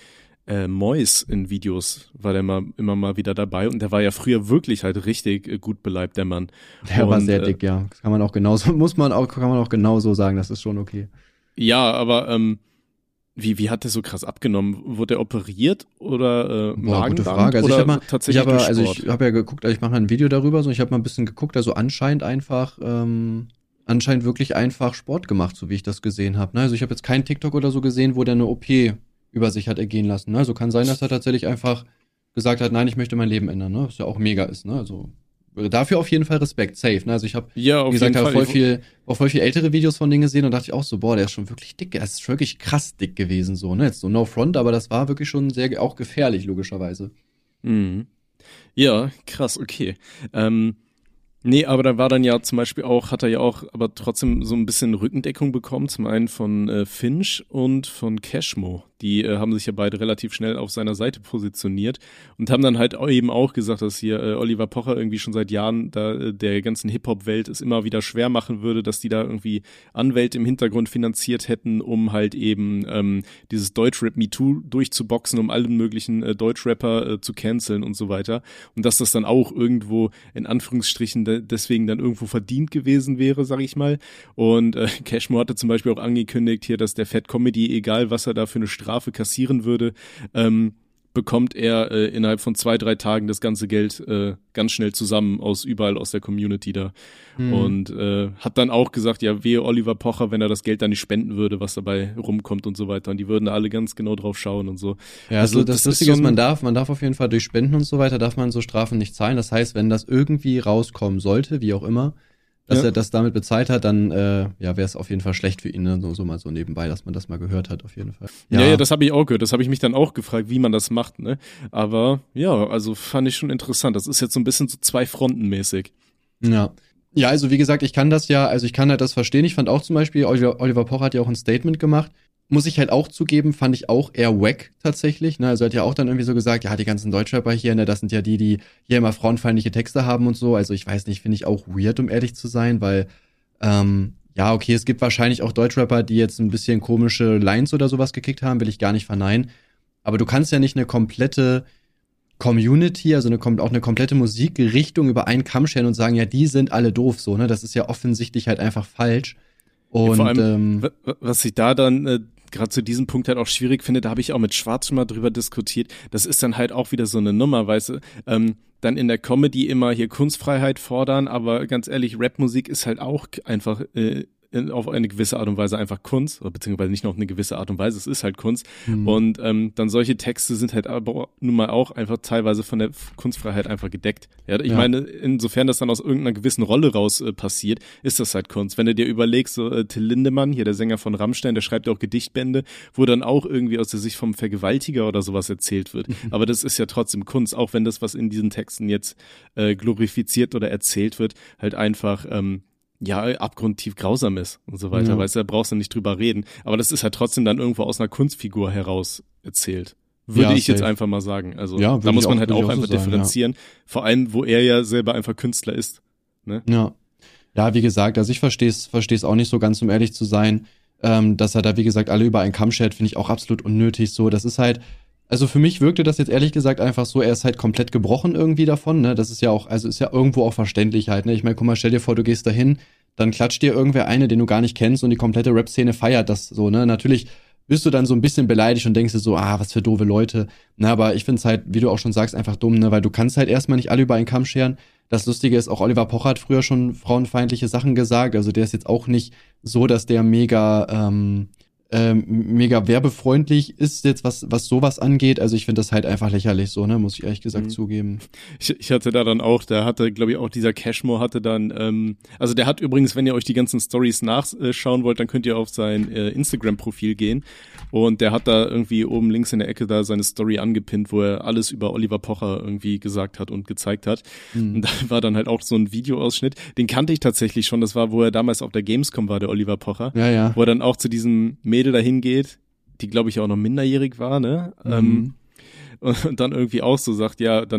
äh, Mois in Videos, war der mal, immer mal wieder dabei und der war ja früher wirklich halt richtig äh, gut beleibt, der Mann. Der und, war sehr dick, ja. Das kann man auch genauso, muss man auch, kann man auch genauso sagen, das ist schon okay. Ja, aber ähm, wie, wie hat der so krass abgenommen? Wurde er operiert oder äh, Boah, gute Magenband Frage. Also oder ich habe mal, tatsächlich ich habe, durch also Sport? ich habe ja geguckt, also ich mache mal ein Video darüber, so ich habe mal ein bisschen geguckt, also anscheinend einfach, ähm, anscheinend wirklich einfach Sport gemacht, so wie ich das gesehen habe. Ne? Also ich habe jetzt keinen TikTok oder so gesehen, wo der eine O P über sich hat ergehen lassen. Ne? Also kann sein, dass er tatsächlich einfach gesagt hat, nein, ich möchte mein Leben ändern, ne? Was ja auch mega ist, ne? Also dafür auf jeden Fall Respekt, safe. Ne? Also ich habe, Ja, auf wie gesagt, jeden habe Fall. voll viel, auch voll viel ältere Videos von denen gesehen und dachte ich auch so, boah, der ist schon wirklich dick, er ist wirklich krass dick gewesen, so, ne? Jetzt so no front, aber das war wirklich schon sehr, auch gefährlich, logischerweise. Mhm. Ja, krass, okay. Ähm, nee, aber da war dann ja zum Beispiel auch, hat er ja auch aber trotzdem so ein bisschen Rückendeckung bekommen, zum einen von äh, Finch und von Cashmo. Die äh, haben sich ja beide relativ schnell auf seiner Seite positioniert und haben dann halt auch eben auch gesagt, dass hier äh, Oliver Pocher irgendwie schon seit Jahren da äh, der ganzen Hip-Hop-Welt es immer wieder schwer machen würde, dass die da irgendwie Anwälte im Hintergrund finanziert hätten, um halt eben ähm, dieses Deutschrap Me Too durchzuboxen, um alle möglichen äh, Deutschrapper äh, zu canceln und so weiter. Und dass das dann auch irgendwo in Anführungsstrichen de- deswegen dann irgendwo verdient gewesen wäre, sag ich mal. Und äh, Cashmo hatte zum Beispiel auch angekündigt hier, dass der Fat Comedy, egal was er da für eine Strafe kassieren würde, ähm, bekommt er äh, innerhalb von zwei, drei Tagen das ganze Geld äh, ganz schnell zusammen aus überall aus der Community da. Mhm. Und äh, hat dann auch gesagt, ja, wehe Oliver Pocher, wenn er das Geld dann nicht spenden würde, was dabei rumkommt und so weiter. Und die würden da alle ganz genau drauf schauen und so. Ja, also, also das, das Lustige ist, so ist, man darf, man darf auf jeden Fall durch Spenden und so weiter, darf man so Strafen nicht zahlen. Das heißt, wenn das irgendwie rauskommen sollte, wie auch immer, dass ja. er das damit bezahlt hat, dann äh, ja, wäre es auf jeden Fall schlecht für ihn, ne? so, so mal so nebenbei, dass man das mal gehört hat, auf jeden Fall. Ja, ja, ja das habe ich auch gehört. Das habe ich mich dann auch gefragt, wie man das macht, ne? Aber ja, also fand ich schon interessant. Das ist jetzt so ein bisschen so zwei Fronten mäßig. Ja. Ja, also wie gesagt, ich kann das ja, also ich kann halt das verstehen. Ich fand auch zum Beispiel, Oliver, Oliver Pocher hat ja auch ein Statement gemacht. Muss ich halt auch zugeben, fand ich auch eher wack tatsächlich. Ne? Also er hat ja auch dann irgendwie so gesagt, ja, die ganzen Deutschrapper hier, ne, das sind ja die, die hier immer frauenfeindliche Texte haben und so. Also ich weiß nicht, finde ich auch weird, um ehrlich zu sein, weil ähm, ja, okay, es gibt wahrscheinlich auch Deutschrapper, die jetzt ein bisschen komische Lines oder sowas gekickt haben, will ich gar nicht verneinen. Aber du kannst ja nicht eine komplette Community, also eine, auch eine komplette Musikrichtung über einen Kamm scheren und sagen, ja, die sind alle doof, so, ne? Das ist ja offensichtlich halt einfach falsch. Und ja, vor allem, ähm, was ich da dann äh, gerade zu diesem Punkt halt auch schwierig finde, da habe ich auch mit Schwarz schon mal drüber diskutiert, das ist dann halt auch wieder so eine Nummer, weißt du, ähm, dann in der Comedy immer hier Kunstfreiheit fordern, aber ganz ehrlich, Rapmusik ist halt auch einfach äh, auf eine gewisse Art und Weise einfach Kunst, oder beziehungsweise nicht nur auf eine gewisse Art und Weise, es ist halt Kunst. Mhm. Und ähm, dann solche Texte sind halt aber nun mal auch einfach teilweise von der Kunstfreiheit einfach gedeckt. Ja, ich ja. meine, insofern das dann aus irgendeiner gewissen Rolle raus äh, passiert, ist das halt Kunst. Wenn du dir überlegst, so äh, Till Lindemann, hier der Sänger von Rammstein, der schreibt ja auch Gedichtbände, wo dann auch irgendwie aus der Sicht vom Vergewaltiger oder sowas erzählt wird. Mhm. Aber das ist ja trotzdem Kunst, auch wenn das, was in diesen Texten jetzt äh, glorifiziert oder erzählt wird, halt einfach ähm, ja, abgrundtief grausam ist und so weiter, ja. Weißt du, da brauchst du nicht drüber reden. Aber das ist halt trotzdem dann irgendwo aus einer Kunstfigur heraus erzählt. Würde ja, ich safe. Jetzt einfach mal sagen. Also ja, da muss man auch, halt auch, auch einfach so differenzieren. Ja. Vor allem, wo er ja selber einfach Künstler ist. Ne? Ja. Ja, wie gesagt, also ich verstehe es verstehe es auch nicht so ganz, um ehrlich zu sein. Ähm, dass er da, wie gesagt, alle über einen Kamm schert, finde ich auch absolut unnötig so. Das ist halt, also für mich wirkte das jetzt ehrlich gesagt einfach so, er ist halt komplett gebrochen irgendwie davon, ne? Das ist ja auch, also ist ja irgendwo auch verständlich halt, ne? Ich meine, guck mal, stell dir vor, du gehst dahin, dann klatscht dir irgendwer eine, den du gar nicht kennst und die komplette Rap-Szene feiert das so, ne? Natürlich bist du dann so ein bisschen beleidigt und denkst dir so, ah, was für doofe Leute. Na, aber ich find's halt, wie du auch schon sagst, einfach dumm, ne? Weil du kannst halt erstmal nicht alle über einen Kamm scheren. Das Lustige ist, auch Oliver Pocher hat früher schon frauenfeindliche Sachen gesagt, also der ist jetzt auch nicht so, dass der mega, ähm, Ähm, mega werbefreundlich ist jetzt, was was sowas angeht. Also ich finde das halt einfach lächerlich so, ne, muss ich ehrlich gesagt mhm. zugeben. Ich, ich hatte da dann auch, da hatte, glaube ich, auch dieser Cashmo hatte dann, ähm, also der hat übrigens, wenn ihr euch die ganzen Stories nachschauen wollt, dann könnt ihr auf sein äh, Instagram-Profil gehen und der hat da irgendwie oben links in der Ecke da seine Story angepinnt, wo er alles über Oliver Pocher irgendwie gesagt hat und gezeigt hat. Mhm. Und da war dann halt auch so ein Videoausschnitt, den kannte ich tatsächlich schon, das war, wo er damals auf der Gamescom war, der Oliver Pocher, ja, ja. wo er dann auch zu diesem Mädel dahin geht, die glaube ich auch noch minderjährig war, ne? Mhm. Ähm, und, und dann irgendwie auch so sagt, ja, dann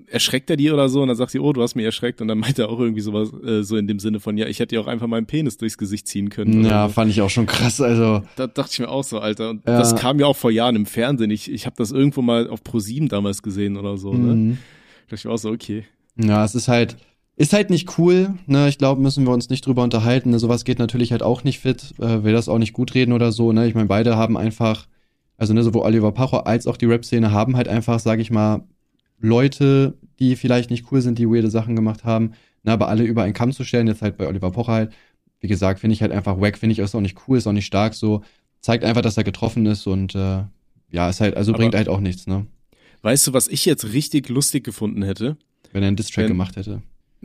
erschreckt er die oder so und dann sagt sie, oh, du hast mich erschreckt und dann meint er auch irgendwie sowas, äh, so in dem Sinne von, ja, ich hätte dir auch einfach meinen Penis durchs Gesicht ziehen können. Ja, so. Fand ich auch schon krass, also. Da dachte ich mir auch so, Alter, und ja. das kam ja auch vor Jahren im Fernsehen, ich, ich habe das irgendwo mal auf ProSieben damals gesehen oder so, ne? Mhm. Da dachte ich mir auch so, okay. Ja, es ist halt, ist halt nicht cool, ne, ich glaube, müssen wir uns nicht drüber unterhalten, ne, sowas geht natürlich halt auch nicht fit, äh, will das auch nicht gut reden oder so, ne, ich meine, beide haben einfach, also ne, sowohl Oliver Pocher als auch die Rap-Szene haben halt einfach, sag ich mal, Leute, die vielleicht nicht cool sind, die weirde Sachen gemacht haben, ne, aber alle über einen Kamm zu stellen, jetzt halt bei Oliver Pocher halt, wie gesagt, finde ich halt einfach wack, finde ich ist auch nicht cool, ist auch nicht stark, so, zeigt einfach, dass er getroffen ist und, äh, ja, ist halt, also aber bringt halt auch nichts, ne. Weißt du, was ich jetzt richtig lustig gefunden hätte? Wenn er einen Diss-Track gemacht hätte.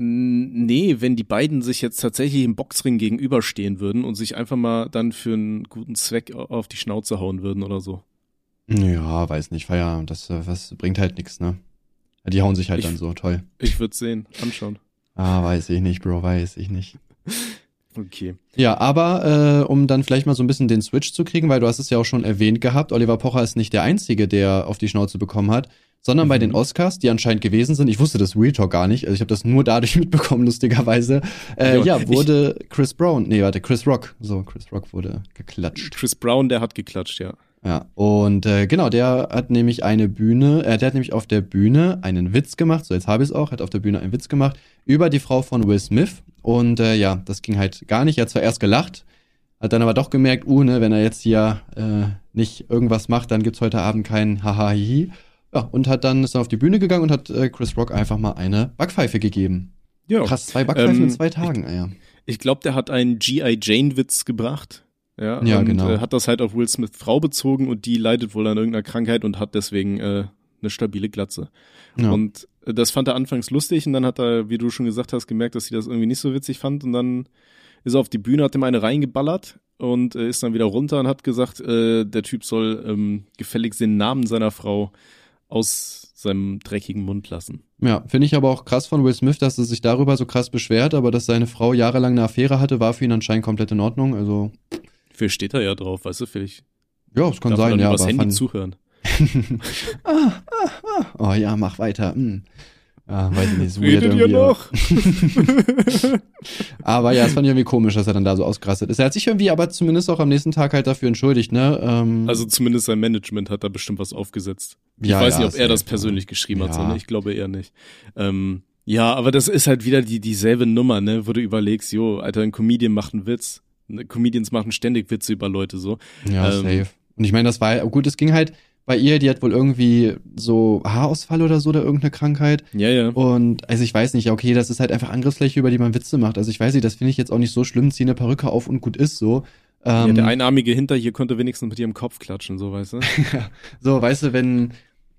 Nee, wenn die beiden sich jetzt tatsächlich im Boxring gegenüberstehen würden und sich einfach mal dann für einen guten Zweck auf die Schnauze hauen würden oder so. Ja, weiß nicht, Feier, das was bringt halt nichts, ne? Die hauen sich halt ich, dann so, toll. Ich würde sehen, anschauen. Ah, weiß ich nicht, Bro, weiß ich nicht. Okay. Ja, aber äh, um dann vielleicht mal so ein bisschen den Switch zu kriegen, weil du hast es ja auch schon erwähnt gehabt, Oliver Pocher ist nicht der Einzige, der auf die Schnauze bekommen hat, sondern mhm. bei den Oscars, die anscheinend gewesen sind, ich wusste das Real Talk gar nicht, also ich habe das nur dadurch mitbekommen, lustigerweise, äh, ja, ja wurde ich, Chris Brown, nee, warte, Chris Rock, so, Chris Rock wurde geklatscht. Chris Brown, der hat geklatscht, ja. Ja, und äh, genau, der hat nämlich eine Bühne, äh, der hat nämlich auf der Bühne einen Witz gemacht, so jetzt habe ich es auch, hat auf der Bühne einen Witz gemacht über die Frau von Will Smith und äh, ja, das ging halt gar nicht, er hat zwar erst gelacht, hat dann aber doch gemerkt, uh, ne, wenn er jetzt hier äh, nicht irgendwas macht, dann gibt's heute Abend kein Haha-Hihi. Ja, und hat dann, ist dann auf die Bühne gegangen und hat äh, Chris Rock einfach mal eine Backpfeife gegeben. Ja. Krass, zwei Backpfeifen ähm, in zwei Tagen, ich, ja. Ich glaube, der hat einen G I. Jane-Witz gebracht. Ja, ja und, genau. Äh, hat das halt auf Will Smith Frau bezogen und die leidet wohl an irgendeiner Krankheit und hat deswegen äh, eine stabile Glatze. Ja. Und äh, das fand er anfangs lustig und dann hat er, wie du schon gesagt hast, gemerkt, dass sie das irgendwie nicht so witzig fand und dann ist er auf die Bühne, hat ihm eine reingeballert und äh, ist dann wieder runter und hat gesagt, äh, der Typ soll ähm, gefälligst den Namen seiner Frau aus seinem dreckigen Mund lassen. Ja, finde ich aber auch krass von Will Smith, dass er sich darüber so krass beschwert, aber dass seine Frau jahrelang eine Affäre hatte, war für ihn anscheinend komplett in Ordnung, also. Vielleicht steht er ja drauf, weißt du, vielleicht. Ja, es kann darf sein, dann ja, übers aber. Handy fand... zuhören. ah, ah, ah. Oh ja, mach weiter. Hm. Ja, weiß ich nicht, so weird irgendwie. Noch? Aber ja, es fand ich irgendwie komisch, dass er dann da so ausgerastet ist. Er hat sich irgendwie aber zumindest auch am nächsten Tag halt dafür entschuldigt, ne? Ähm, also zumindest sein Management hat da bestimmt was aufgesetzt. Ich ja, weiß ja, nicht, ob er das safe, persönlich geschrieben ja. hat, sondern ich glaube eher nicht. Ähm, ja, aber das ist halt wieder die dieselbe Nummer, ne? Wo du überlegst, jo, Alter, ein Comedian macht einen Witz. Comedians machen ständig Witze über Leute so. Ja, ähm, safe. Und ich meine, das war, gut, es ging halt bei ihr, die hat wohl irgendwie so Haarausfall oder so oder irgendeine Krankheit. Ja, ja. Und also ich weiß nicht, okay, das ist halt einfach Angriffsfläche, über die man Witze macht. Also ich weiß nicht, das finde ich jetzt auch nicht so schlimm, zieh eine Perücke auf und gut ist so. Ähm, ja, der Einarmige hinter hier konnte wenigstens mit ihrem Kopf klatschen, so, weißt du? So, weißt du, wenn,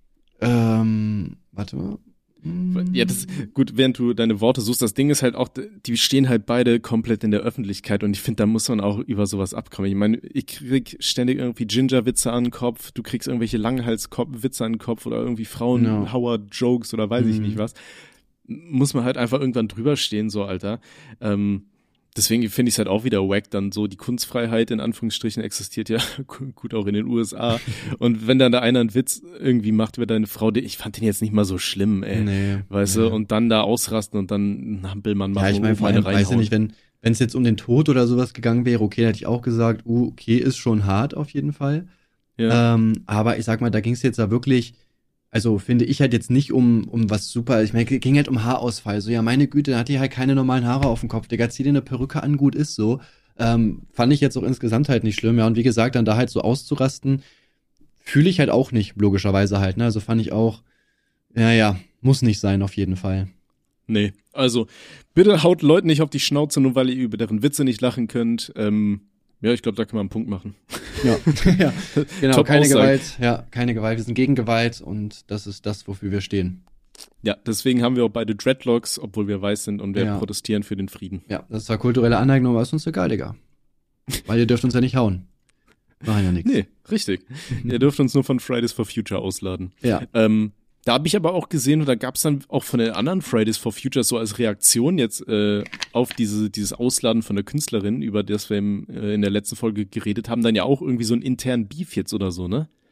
ähm, warte mal. Ja, das gut, während du deine Worte suchst, das Ding ist halt auch, die stehen halt beide komplett in der Öffentlichkeit und ich finde, da muss man auch über sowas abkommen. Ich meine, ich krieg ständig irgendwie Ginger-Witze an den Kopf, du kriegst irgendwelche Langhals-Witze an den Kopf oder irgendwie Frauen-Hauer-Jokes oder weiß ich Mhm. nicht was. Muss man halt einfach irgendwann drüber stehen, so, Alter. Ähm, Deswegen finde ich es halt auch wieder wack, dann so die Kunstfreiheit in Anführungsstrichen existiert ja gut auch in den U S A. Und wenn dann da einer einen Witz irgendwie macht über deine Frau, ich fand den jetzt nicht mal so schlimm, ey. Nee, weißt nee. du, und dann da ausrasten und dann einen Hampelmann machen Ja, ich meine, und vor eine allem, weiß ich reinhauen. nicht, wenn wenn es jetzt um den Tod oder sowas gegangen wäre, okay, hätte ich auch gesagt, uh, okay, ist schon hart auf jeden Fall. Ja. Ähm, aber ich sag mal, da ging es jetzt da wirklich, also finde ich halt jetzt nicht um um was super, ich meine, ging halt um Haarausfall. So, ja, meine Güte, da hat die halt keine normalen Haare auf dem Kopf. Digga, zieh dir eine Perücke an, gut ist so. Ähm, fand ich jetzt auch insgesamt halt nicht schlimm, ja. Und wie gesagt, dann da halt so auszurasten, fühle ich halt auch nicht, logischerweise halt, ne. Also fand ich auch, ja, ja, muss nicht sein, auf jeden Fall. Nee, also bitte haut Leuten nicht auf die Schnauze, nur weil ihr über deren Witze nicht lachen könnt. Ähm, ja, ich glaube, da kann man einen Punkt machen. Ja, ja. Genau, Top keine Aussage. Gewalt, ja, keine Gewalt. Wir sind gegen Gewalt und das ist das, wofür wir stehen. Ja, deswegen haben wir auch beide Dreadlocks, obwohl wir weiß sind und wir Ja. protestieren für den Frieden. Ja, das ist zwar kulturelle Aneignung, aber ist uns egal, Digga. Weil ihr dürft uns ja nicht hauen. Machen ja nichts. Nee, richtig. Ihr dürft uns nur von Fridays for Future ausladen. Ja. Ähm, da habe ich aber auch gesehen, und da gab es dann auch von den anderen Fridays for Future so als Reaktion jetzt äh, auf diese, dieses Ausladen von der Künstlerin, über das wir im, äh, in der letzten Folge geredet haben, dann ja auch irgendwie so einen internen Beef jetzt oder so, ne?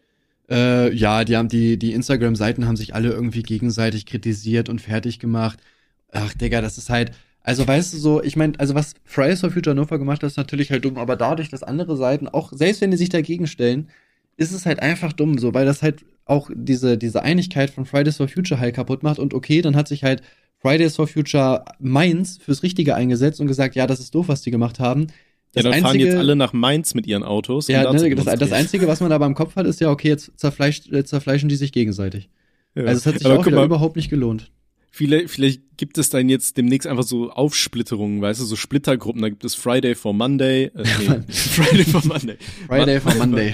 Äh, ja, die haben die, die Instagram-Seiten haben sich alle irgendwie gegenseitig kritisiert und fertig gemacht. Ach, Digga, das ist halt, also weißt du so, ich meine, also was Fridays for Future Hannover gemacht hat, ist natürlich halt dumm, aber dadurch, dass andere Seiten, auch selbst wenn die sich dagegen stellen, ist es halt einfach dumm, so, weil das halt auch diese, diese Einigkeit von Fridays for Future halt kaputt macht und okay, dann hat sich halt Fridays for Future Mainz fürs Richtige eingesetzt und gesagt, ja, das ist doof, was die gemacht haben. Das ja, dann einzige, fahren jetzt alle nach Mainz mit ihren Autos. Ja, ne, das, das Einzige, was man aber im Kopf hat, ist ja, okay, jetzt zerfleisch, äh, zerfleischen die sich gegenseitig. Ja. Also es hat sich aber auch wieder mal, überhaupt nicht gelohnt. Vielleicht, vielleicht gibt es dann jetzt demnächst einfach so Aufsplitterungen, weißt du, so Splittergruppen. Da gibt es Friday for Monday. Äh, nee, Friday for Monday. Friday for Monday.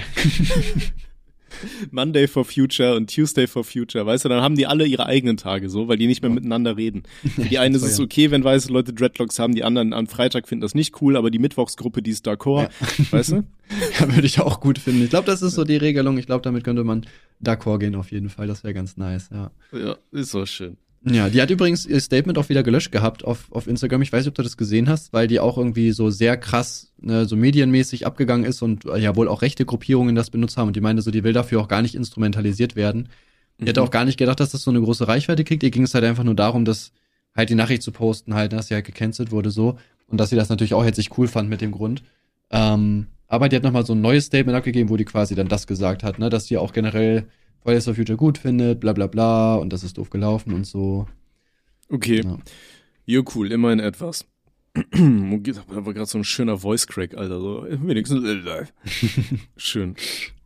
Monday for Future und Tuesday for Future, weißt du, dann haben die alle ihre eigenen Tage so, weil die nicht mehr miteinander reden. Für die einen ist es okay, wenn weiße Leute Dreadlocks haben, die anderen am Freitag finden das nicht cool, aber die Mittwochsgruppe, die ist d'accord, ja. Weißt du? Ja, würde ich auch gut finden. Ich glaube, das ist so die Regelung. Ich glaube, damit könnte man d'accord gehen auf jeden Fall. Das wäre ganz nice, ja. Ja, ist so schön. Ja, die hat übrigens ihr Statement auch wieder gelöscht gehabt auf, auf Instagram. Ich weiß nicht, ob du das gesehen hast, weil die auch irgendwie so sehr krass, ne, so medienmäßig abgegangen ist und ja wohl auch rechte Gruppierungen das benutzt haben. Und die meinte so, die will dafür auch gar nicht instrumentalisiert werden. Die mhm. hätte auch gar nicht gedacht, dass das so eine große Reichweite kriegt. Ihr ging es halt einfach nur darum, dass halt die Nachricht zu posten, halt, dass sie halt gecancelt wurde so. Und dass sie das natürlich auch jetzt nicht cool fand mit dem Grund. Ähm, aber die hat nochmal so ein neues Statement abgegeben, wo die quasi dann das gesagt hat, ne, dass die auch generell Fridays for Future gut findet, bla bla bla, und das ist doof gelaufen und so. Okay. Ja, jo, cool, immerhin etwas. Da war gerade so ein schöner Voice-Crack, Alter, so wenigstens live. Schön.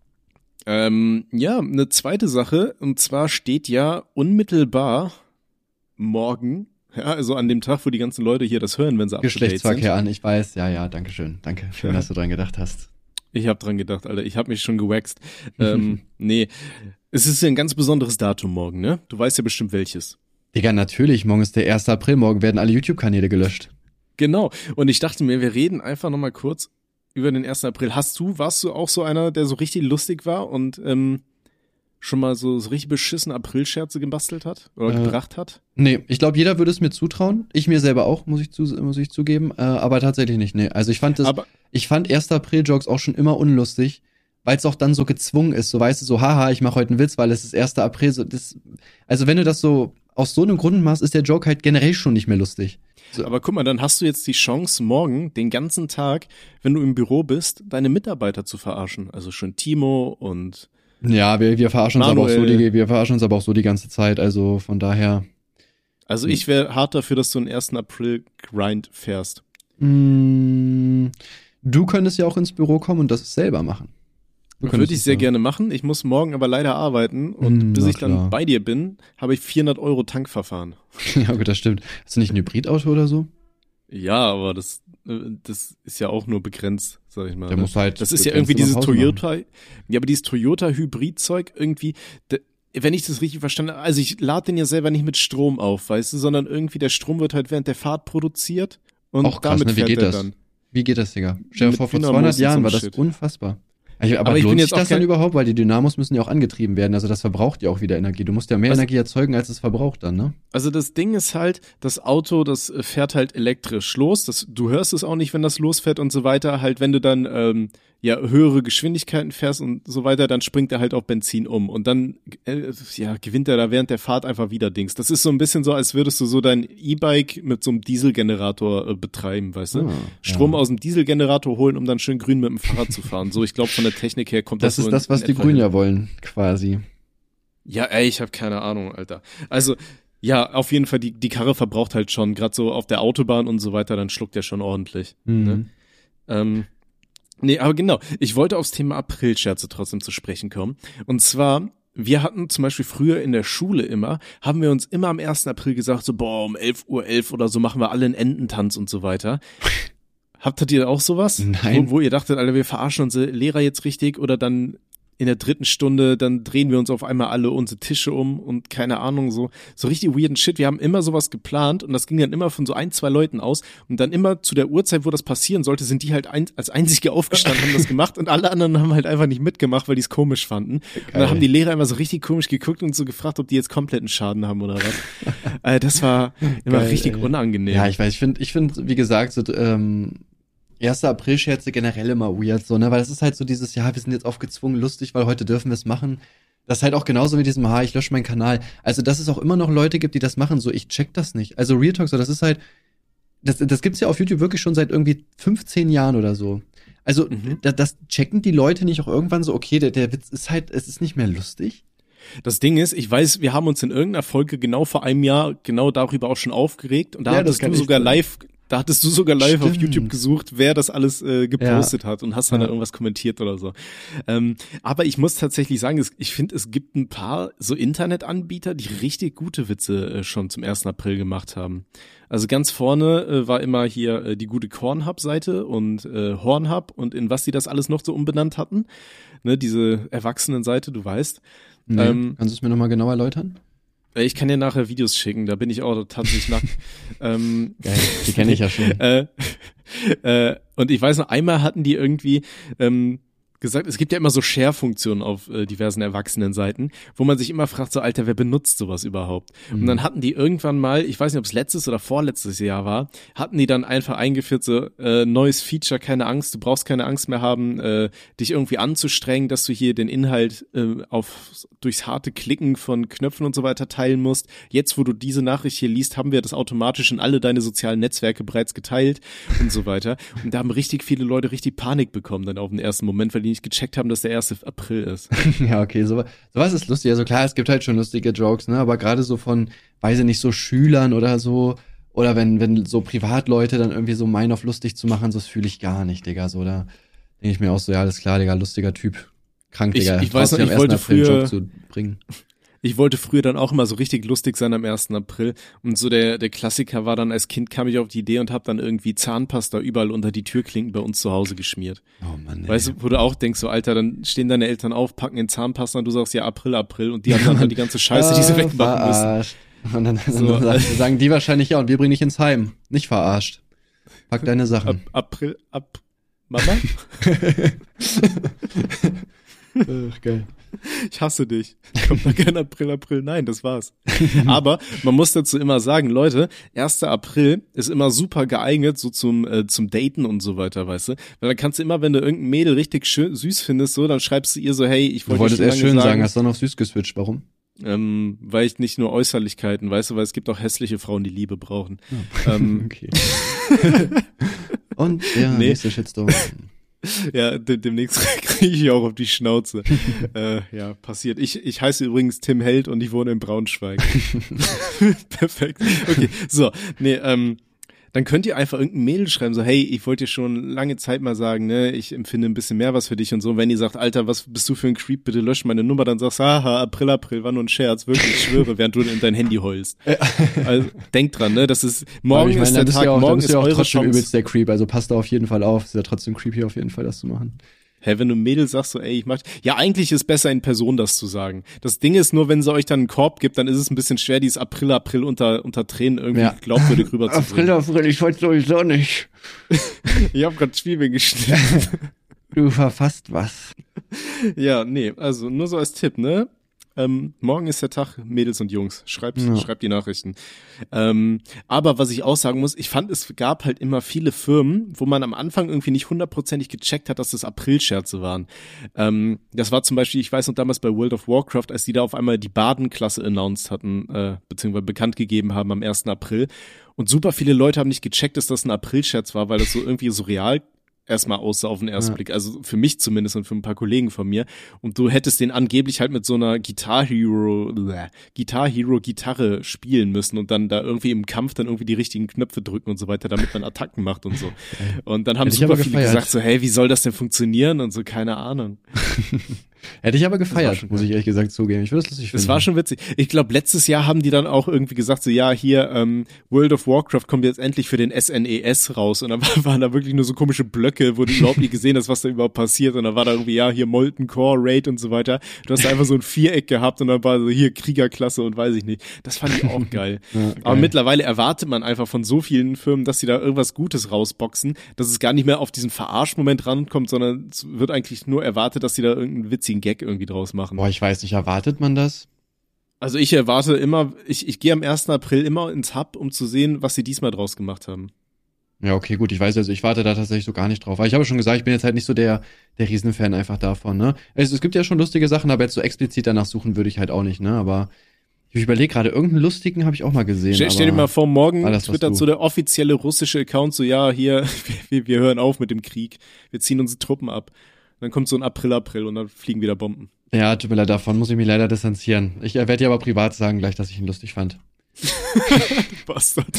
Ähm, ja, eine zweite Sache, und zwar steht ja unmittelbar morgen, ja, also an dem Tag, wo die ganzen Leute hier das hören, wenn sie up-to-date sind. Geschlechtsverkehr an, ich weiß, ja, ja, danke schön, danke, schön, ja. Dass du dran gedacht hast. Ich hab dran gedacht, Alter, ich hab mich schon gewaxt. ähm, nee, es ist ja ein ganz besonderes Datum morgen, ne? Du weißt ja bestimmt welches. Digga, natürlich, morgen ist der erste April, morgen werden alle YouTube-Kanäle gelöscht. Genau, und ich dachte mir, wir reden einfach nochmal kurz über den ersten April. Hast du, warst du auch so einer, der so richtig lustig war und ähm, schon mal so, so richtig beschissene Aprilscherze gebastelt hat oder äh, gebracht hat? Nee, ich glaube, jeder würde es mir zutrauen. Ich mir selber auch, muss ich, zu, muss ich zugeben, äh, aber tatsächlich nicht, nee. Also ich fand das, aber, ich fand erster April-Jokes auch schon immer unlustig, weil es auch dann so gezwungen ist, so weißt du, so haha, ich mache heute einen Witz, weil es ist erster April, so das, also wenn du das so aus so einem Grund machst, ist der Joke halt generell schon nicht mehr lustig. So. Aber guck mal, dann hast du jetzt die Chance, morgen den ganzen Tag, wenn du im Büro bist, deine Mitarbeiter zu verarschen. Also schon Timo und ja, wir, wir verarschen uns aber auch so die, wir verarschen uns aber auch so die ganze Zeit, also von daher. Also ich wäre hart dafür, dass du einen ersten April-Grind fährst. Mm, du könntest ja auch ins Büro kommen und das selber machen. Würde ich sehr gerne machen. Ich muss morgen aber leider arbeiten und mm, bis ich klar. dann bei dir bin, habe ich vierhundert Euro Tankverfahren. Ja, gut, das stimmt. Hast du nicht ein Hybridauto oder so? Ja, aber das, das ist ja auch nur begrenzt, sag ich mal. Der muss halt das ist ja irgendwie dieses Toyota, machen. ja, aber dieses Toyota-Hybrid-Zeug irgendwie, der, wenn ich das richtig verstanden habe, also ich lade den ja selber nicht mit Strom auf, weißt du, sondern irgendwie der Strom wird halt während der Fahrt produziert und auch krass, damit ne? Wie fährt geht er das? dann. Wie geht das, Digga? Stell dir vor, vor zweihundert Jahren war das Shit. Unfassbar. Also, aber, aber ich lohnt bin sich jetzt das dann überhaupt? Weil die Dynamos müssen ja auch angetrieben werden. Also das verbraucht ja auch wieder Energie. Du musst ja mehr also, Energie erzeugen, als es verbraucht dann, ne? Also das Ding ist halt, das Auto, das fährt halt elektrisch los. Das, du hörst es auch nicht, wenn das losfährt und so weiter. Halt, wenn du dann ähm, ja höhere Geschwindigkeiten fährst und so weiter, dann springt er halt auf Benzin um. Und dann äh, ja gewinnt er da während der Fahrt einfach wieder Dings. Das ist so ein bisschen so, als würdest du so dein E-Bike mit so einem Dieselgenerator äh, betreiben, weißt du? Ah, Strom ja. aus dem Dieselgenerator holen, um dann schön grün mit dem Fahrrad zu fahren. So, ich glaube, von der Technik her kommt das. Das ist so das, was die Grünen ja wollen, quasi. Ja, ey, ich habe keine Ahnung, Alter. Also, ja, auf jeden Fall, die, die Karre verbraucht halt schon, gerade so auf der Autobahn und so weiter, dann schluckt der schon ordentlich. Mhm. Ne? Ähm, nee, aber genau, ich wollte aufs Thema Aprilscherze trotzdem zu sprechen kommen. Und zwar, wir hatten zum Beispiel früher in der Schule immer, haben wir uns immer am ersten April gesagt, so, boah, um elf Uhr elf oder so machen wir alle einen Ententanz und so weiter. Habt ihr auch sowas? Nein. Wo, wo ihr dachtet, Alter, wir verarschen unsere Lehrer jetzt richtig oder dann in der dritten Stunde, dann drehen wir uns auf einmal alle unsere Tische um und keine Ahnung, so so richtig weirden Shit. Wir haben immer sowas geplant und das ging dann immer von so ein, zwei Leuten aus und dann immer zu der Uhrzeit, wo das passieren sollte, sind die halt ein, als Einzige aufgestanden, haben das gemacht und alle anderen haben halt einfach nicht mitgemacht, weil die es komisch fanden. Geil. Und dann haben die Lehrer immer so richtig komisch geguckt und so gefragt, ob die jetzt kompletten Schaden haben oder was. Also das war immer Geil, richtig ey. unangenehm. Ja, ich weiß, ich finde, ich finde, wie gesagt, so, ähm, erster April-Scherze generell immer weird, so, ne, weil das ist halt so dieses, ja, wir sind jetzt aufgezwungen lustig, weil heute dürfen wir es machen. Das ist halt auch genauso mit diesem, ha, ich lösche meinen Kanal. Also, dass es auch immer noch Leute gibt, die das machen, so, ich check das nicht. Also, Real Talk, so, das ist halt, das, das gibt's ja auf YouTube wirklich schon seit irgendwie fünfzehn Jahren oder so. Also, mhm. da, das checken die Leute nicht auch irgendwann so, okay, der, der Witz ist halt, es ist nicht mehr lustig. Das Ding ist, ich weiß, wir haben uns in irgendeiner Folge genau vor einem Jahr genau darüber auch schon aufgeregt und da ja, hattest du sogar live, da hattest du sogar live Stimmt. auf YouTube gesucht, wer das alles äh, gepostet ja. hat und hast dann ja. da irgendwas kommentiert oder so. Ähm, aber ich muss tatsächlich sagen, es, ich finde, es gibt ein paar so Internetanbieter, die richtig gute Witze äh, schon zum ersten April gemacht haben. Also ganz vorne äh, war immer hier äh, die gute Cornhub-Seite und äh, Hornhub und in was die das alles noch so umbenannt hatten. Ne, diese Erwachsenenseite, du weißt. Nee, ähm, kannst du es mir nochmal genau erläutern? Ich kann dir nachher Videos schicken, da bin ich auch tatsächlich nackt. ähm, Geil, die kenne ich ja schon. äh, äh, und ich weiß noch, einmal hatten die irgendwie ähm, gesagt, es gibt ja immer so Share-Funktionen auf äh, diversen Erwachsenenseiten, wo man sich immer fragt, so Alter, wer benutzt sowas überhaupt? Mhm. Und dann hatten die irgendwann mal, ich weiß nicht, ob es letztes oder vorletztes Jahr war, hatten die dann einfach eingeführt, so äh, neues Feature, keine Angst, du brauchst keine Angst mehr haben, äh, dich irgendwie anzustrengen, dass du hier den Inhalt äh, auf durchs harte Klicken von Knöpfen und so weiter teilen musst. Jetzt, wo du diese Nachricht hier liest, haben wir das automatisch in alle deine sozialen Netzwerke bereits geteilt und so weiter. Und da haben richtig viele Leute richtig Panik bekommen dann auf den ersten Moment, weil die nicht gecheckt haben, dass der erste April ist. Ja, okay, so, sowas ist lustig. Also klar, es gibt halt schon lustige Jokes, ne, aber gerade so von, weiß ich nicht, so Schülern oder so, oder wenn, wenn so Privatleute dann irgendwie so meinen, auf lustig zu machen, so das fühle ich gar nicht, Digga, so, da denke ich mir auch so, ja, alles klar, Digga, lustiger Typ. Krank, Digga. Ich, ich weiß noch, ich wollte früher, zu bringen. Ich wollte früher dann auch immer so richtig lustig sein am ersten April und so der der Klassiker war dann, als Kind kam ich auf die Idee und hab dann irgendwie Zahnpasta überall unter die Türklinken bei uns zu Hause geschmiert. Oh Mann, ey. Weißt du, wo du auch denkst, so Alter, dann stehen deine Eltern auf, packen den Zahnpasta und du sagst ja April, April und die haben dann halt die ganze Scheiße, die sie wegmachen müssen. Und dann, dann, so, dann sagen die wahrscheinlich, ja, und wir bringen dich ins Heim. Nicht verarscht. Pack deine Sachen. Ab, April, ab, Mama? Ach, geil. Ich hasse dich. Kommt da kein April, April. Nein, das war's. Aber man muss dazu immer sagen, Leute, erster April ist immer super geeignet, so zum äh, zum Daten und so weiter, weißt du? Weil dann kannst du immer, wenn du irgendein Mädel richtig schön, süß findest, so, dann schreibst du ihr so, hey, ich wollte Du wolltest erst schön sagen, sagen, hast dann auf süß geswitcht. Warum? Ähm, weil ich nicht nur Äußerlichkeiten, weißt du, weil es gibt auch hässliche Frauen, die Liebe brauchen. Oh. Ähm, okay. Und der nee. nächste Shitstorm. Ja, dem, demnächst kriege ich auch auf die Schnauze. äh, ja, passiert. Ich, ich heiße übrigens Tim Held und ich wohne in Braunschweig. Perfekt. Okay, so, nee, ähm, dann könnt ihr einfach irgendein Mädel schreiben, so, hey, ich wollte dir schon lange Zeit mal sagen, ne, ich empfinde ein bisschen mehr was für dich und so. Und wenn ihr sagt, Alter, was bist du für ein Creep, bitte lösch meine Nummer, dann sagst du, haha, April, April, war nur ein Scherz, wirklich, ich schwöre, während du in dein Handy heulst. Also, denkt dran, ne, das ist, morgen ich mein, ist der Tag, ja auch, morgen ist ja auch eure Chance. Übelst der Creep, also passt da auf jeden Fall auf, ist ja trotzdem creepy auf jeden Fall, das zu machen. Hä, wenn du ein Mädel sagst, so, ey, ich mach, ja, eigentlich ist besser in Person das zu sagen. Das Ding ist nur, wenn sie euch dann einen Korb gibt, dann ist es ein bisschen schwer, dieses April, April unter, unter Tränen irgendwie ja. glaubwürdig rüberzubringen. April, April, ich wollte sowieso nicht. Ich hab grad Zwiebeln geschnitten. Du verfasst was. Ja, nee, also nur so als Tipp, ne? Ähm, morgen ist der Tag, Mädels und Jungs. Schreibt, ja. schreibt die Nachrichten. Ähm, aber was ich auch sagen muss, ich fand, es gab halt immer viele Firmen, wo man am Anfang irgendwie nicht hundertprozentig gecheckt hat, dass das April-Scherze waren. Ähm, das war zum Beispiel, ich weiß noch damals bei World of Warcraft, als die da auf einmal die Baden-Klasse announced hatten, äh, beziehungsweise bekannt gegeben haben am ersten April. Und super viele Leute haben nicht gecheckt, dass das ein April-Scherz war, weil das so irgendwie so real erstmal aussah auf den ersten ja. Blick, also für mich zumindest und für ein paar Kollegen von mir. Und du hättest den angeblich halt mit so einer Guitar Hero, bleh, Guitar Hero Gitarre spielen müssen und dann da irgendwie im Kampf dann irgendwie die richtigen Knöpfe drücken und so weiter, damit man Attacken macht und so. Und dann haben Hätte super viele gefeiert. gesagt so, hey, wie soll das denn funktionieren? Und so, keine Ahnung. Hätte ich aber gefeiert, muss ich ehrlich gesagt zugeben. Ich würde es lustig finden. Das war schon witzig. Ich glaube, letztes Jahr haben die dann auch irgendwie gesagt, so ja, hier, ähm, World of Warcraft kommt jetzt endlich für den S N E S raus. Und dann waren da wirklich nur so komische Blöcke, wo du überhaupt nie gesehen hast, was da überhaupt passiert. Und dann war da irgendwie, ja, hier Molten Core, Raid und so weiter. Du hast da einfach so ein Viereck gehabt und dann war so hier Kriegerklasse und weiß ich nicht. Das fand ich auch geil. Ja, aber mittlerweile erwartet man einfach von so vielen Firmen, dass sie da irgendwas Gutes rausboxen, dass es gar nicht mehr auf diesen Verarschmoment rankommt, sondern es wird eigentlich nur erwartet, dass sie da irgendeinen witzigen Gag irgendwie draus machen. Boah, ich weiß nicht, erwartet man das? Also ich erwarte immer, ich, ich gehe am ersten April immer ins Hub, um zu sehen, was sie diesmal draus gemacht haben. Ja, okay, gut, ich weiß, also ich warte da tatsächlich so gar nicht drauf. Aber ich habe schon gesagt, ich bin jetzt halt nicht so der, der Riesenfan einfach davon, ne? Also es gibt ja schon lustige Sachen, aber jetzt so explizit danach suchen würde ich halt auch nicht, ne? Aber ich überlege gerade, irgendeinen lustigen habe ich auch mal gesehen. Stell, stell dir mal vor, morgen alles, twittert so der offizielle russische Account so, ja, hier, wir, wir hören auf mit dem Krieg, wir ziehen unsere Truppen ab. Dann kommt so ein April, April und dann fliegen wieder Bomben. Ja, tut mir leid, davon muss ich mich leider distanzieren. Ich werde dir aber privat sagen gleich, dass ich ihn lustig fand. Du Bastard.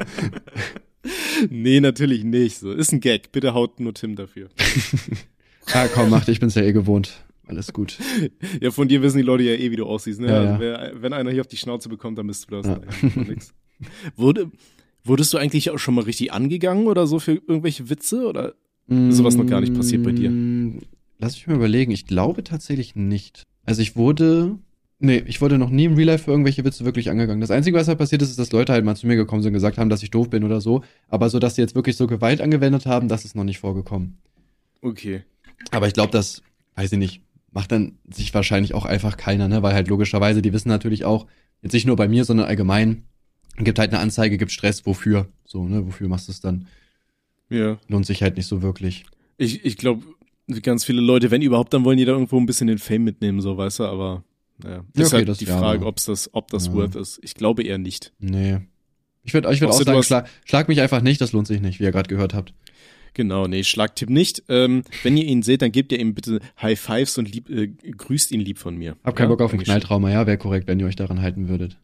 Nee, natürlich nicht. So, ist ein Gag. Bitte haut nur Tim dafür. Ja, komm, mach, ich bin's ja eh gewohnt. Alles gut. Ja, von dir wissen die Leute ja eh, wie du aussiehst. Ne? Ja, Also, ja. wer, wenn einer hier auf die Schnauze bekommt, dann bist du das. Ja. Nix. Wurde, wurdest du eigentlich auch schon mal richtig angegangen oder so für irgendwelche Witze? Oder ist sowas noch gar nicht passiert bei dir? Lass mich mal überlegen. Ich glaube tatsächlich nicht. Also ich wurde... Nee, ich wurde noch nie im Real Life für irgendwelche Witze wirklich angegangen. Das Einzige, was halt passiert ist, ist, dass Leute halt mal zu mir gekommen sind und gesagt haben, dass ich doof bin oder so. Aber so, dass sie jetzt wirklich so Gewalt angewendet haben, das ist noch nicht vorgekommen. Okay. Aber ich glaube, das, weiß ich nicht, macht dann sich wahrscheinlich auch einfach keiner, ne? Weil halt logischerweise, die wissen natürlich auch, jetzt nicht nur bei mir, sondern allgemein, gibt halt eine Anzeige, gibt Stress, wofür? So, ne? Wofür machst du es dann? Ja. Lohnt sich halt nicht so wirklich. Ich, ich glaube, ganz viele Leute, wenn überhaupt, dann wollen die da irgendwo ein bisschen den Fame mitnehmen, so, weißt du, aber naja. Ja, Ist okay, halt das- die ja, Frage, aber- ob's das, ob das Ja. worth ist. Ich glaube eher nicht. Nee. Ich würde ich würd auch Außer du sagen, hast- schlag, schlag mich einfach nicht, das lohnt sich nicht, wie ihr gerade gehört habt. Genau, nee, Schlagtipp nicht. Ähm, wenn ihr ihn seht, dann gebt ihr ihm bitte High Fives und lieb, äh, grüßt ihn lieb von mir. Hab keinen Ja, Bock auf einen Dankeschön. Knalltrauma, ja, wäre korrekt, wenn ihr euch daran halten würdet.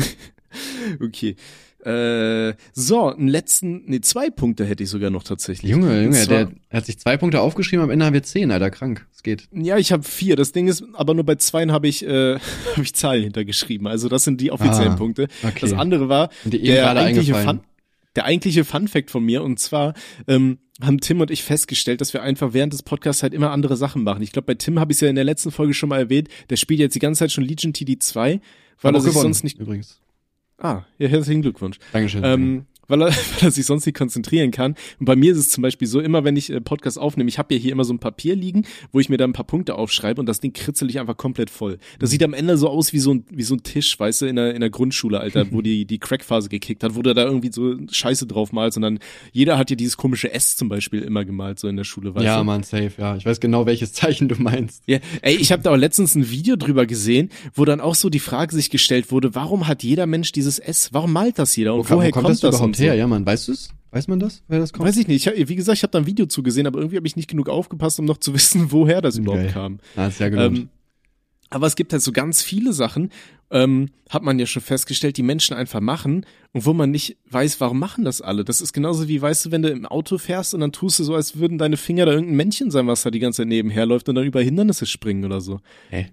Okay. Äh, so, einen letzten, nee, zwei Punkte hätte ich sogar noch tatsächlich. Junge, Und Junge, zwar- der hat sich zwei Punkte aufgeschrieben, am Ende haben wir zehn, Alter, krank. Es geht. Ja, ich habe vier. Das Ding ist, aber nur bei zweien habe ich, äh, hab ich Zahlen hintergeschrieben. Also das sind die offiziellen Ah, Punkte. okay. Das andere war Sind die eben der gerade eigentliche eingefallen? Fun, der eigentliche Fun-Fact von mir. Und zwar ähm, haben Tim und ich festgestellt, dass wir einfach während des Podcasts halt immer andere Sachen machen. Ich glaube, bei Tim habe ich es ja in der letzten Folge schon mal erwähnt. Der spielt jetzt die ganze Zeit schon Legion T D zwei, weil Hab er auch sich gewonnen, sonst nicht... übrigens. Ah, ja, herzlichen Glückwunsch. Dankeschön. Ähm, weil er, weil er sich sonst nicht konzentrieren kann. Und bei mir ist es zum Beispiel so, immer wenn ich äh, Podcast aufnehme, ich habe ja hier immer so ein Papier liegen, wo ich mir da ein paar Punkte aufschreibe und das Ding kritzel ich einfach komplett voll. Das sieht am Ende so aus wie so ein, wie so ein Tisch, weißt du, in der, in der Grundschule, Alter, wo die, die Crackphase gekickt hat, wo du da irgendwie so Scheiße drauf malst und dann, jeder hat ja dieses komische S zum Beispiel immer gemalt, so in der Schule, weißt ja, du? Mann, safe, ja. Ich weiß genau, welches Zeichen du meinst. Ja, ey, ich habe da auch letztens ein Video drüber gesehen, wo dann auch so die Frage sich gestellt wurde, warum hat jeder Mensch dieses S? Warum malt das jeder? Und Wo, kam- woher wo kommt kommt das das überhaupt und so? her? Ja, Mann, weißt du es? Weiß man das, wer das kommt? Weiß ich nicht. Ich, hab- wie gesagt, ich habe da ein Video zugesehen, aber irgendwie habe ich nicht genug aufgepasst, um noch zu wissen, woher das überhaupt Geil. kam. Ah, ist ja gelohnt. Ähm, aber es gibt halt so ganz viele Sachen, ähm, hat man ja schon festgestellt, die Menschen einfach machen und wo man nicht weiß, warum machen das alle. Das ist genauso wie, weißt du, wenn du im Auto fährst und dann tust du so, als würden deine Finger da irgendein Männchen sein, was da die ganze Zeit nebenher läuft und dann über Hindernisse springen oder so. Hä?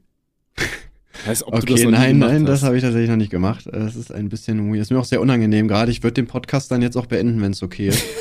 Heißt, ob du das Okay, noch nie nein, gemacht nein, das hast. habe ich tatsächlich noch nicht gemacht. Das ist ein bisschen weird. Ist mir auch sehr unangenehm gerade. Ich würde den Podcast dann jetzt auch beenden, wenn es okay ist.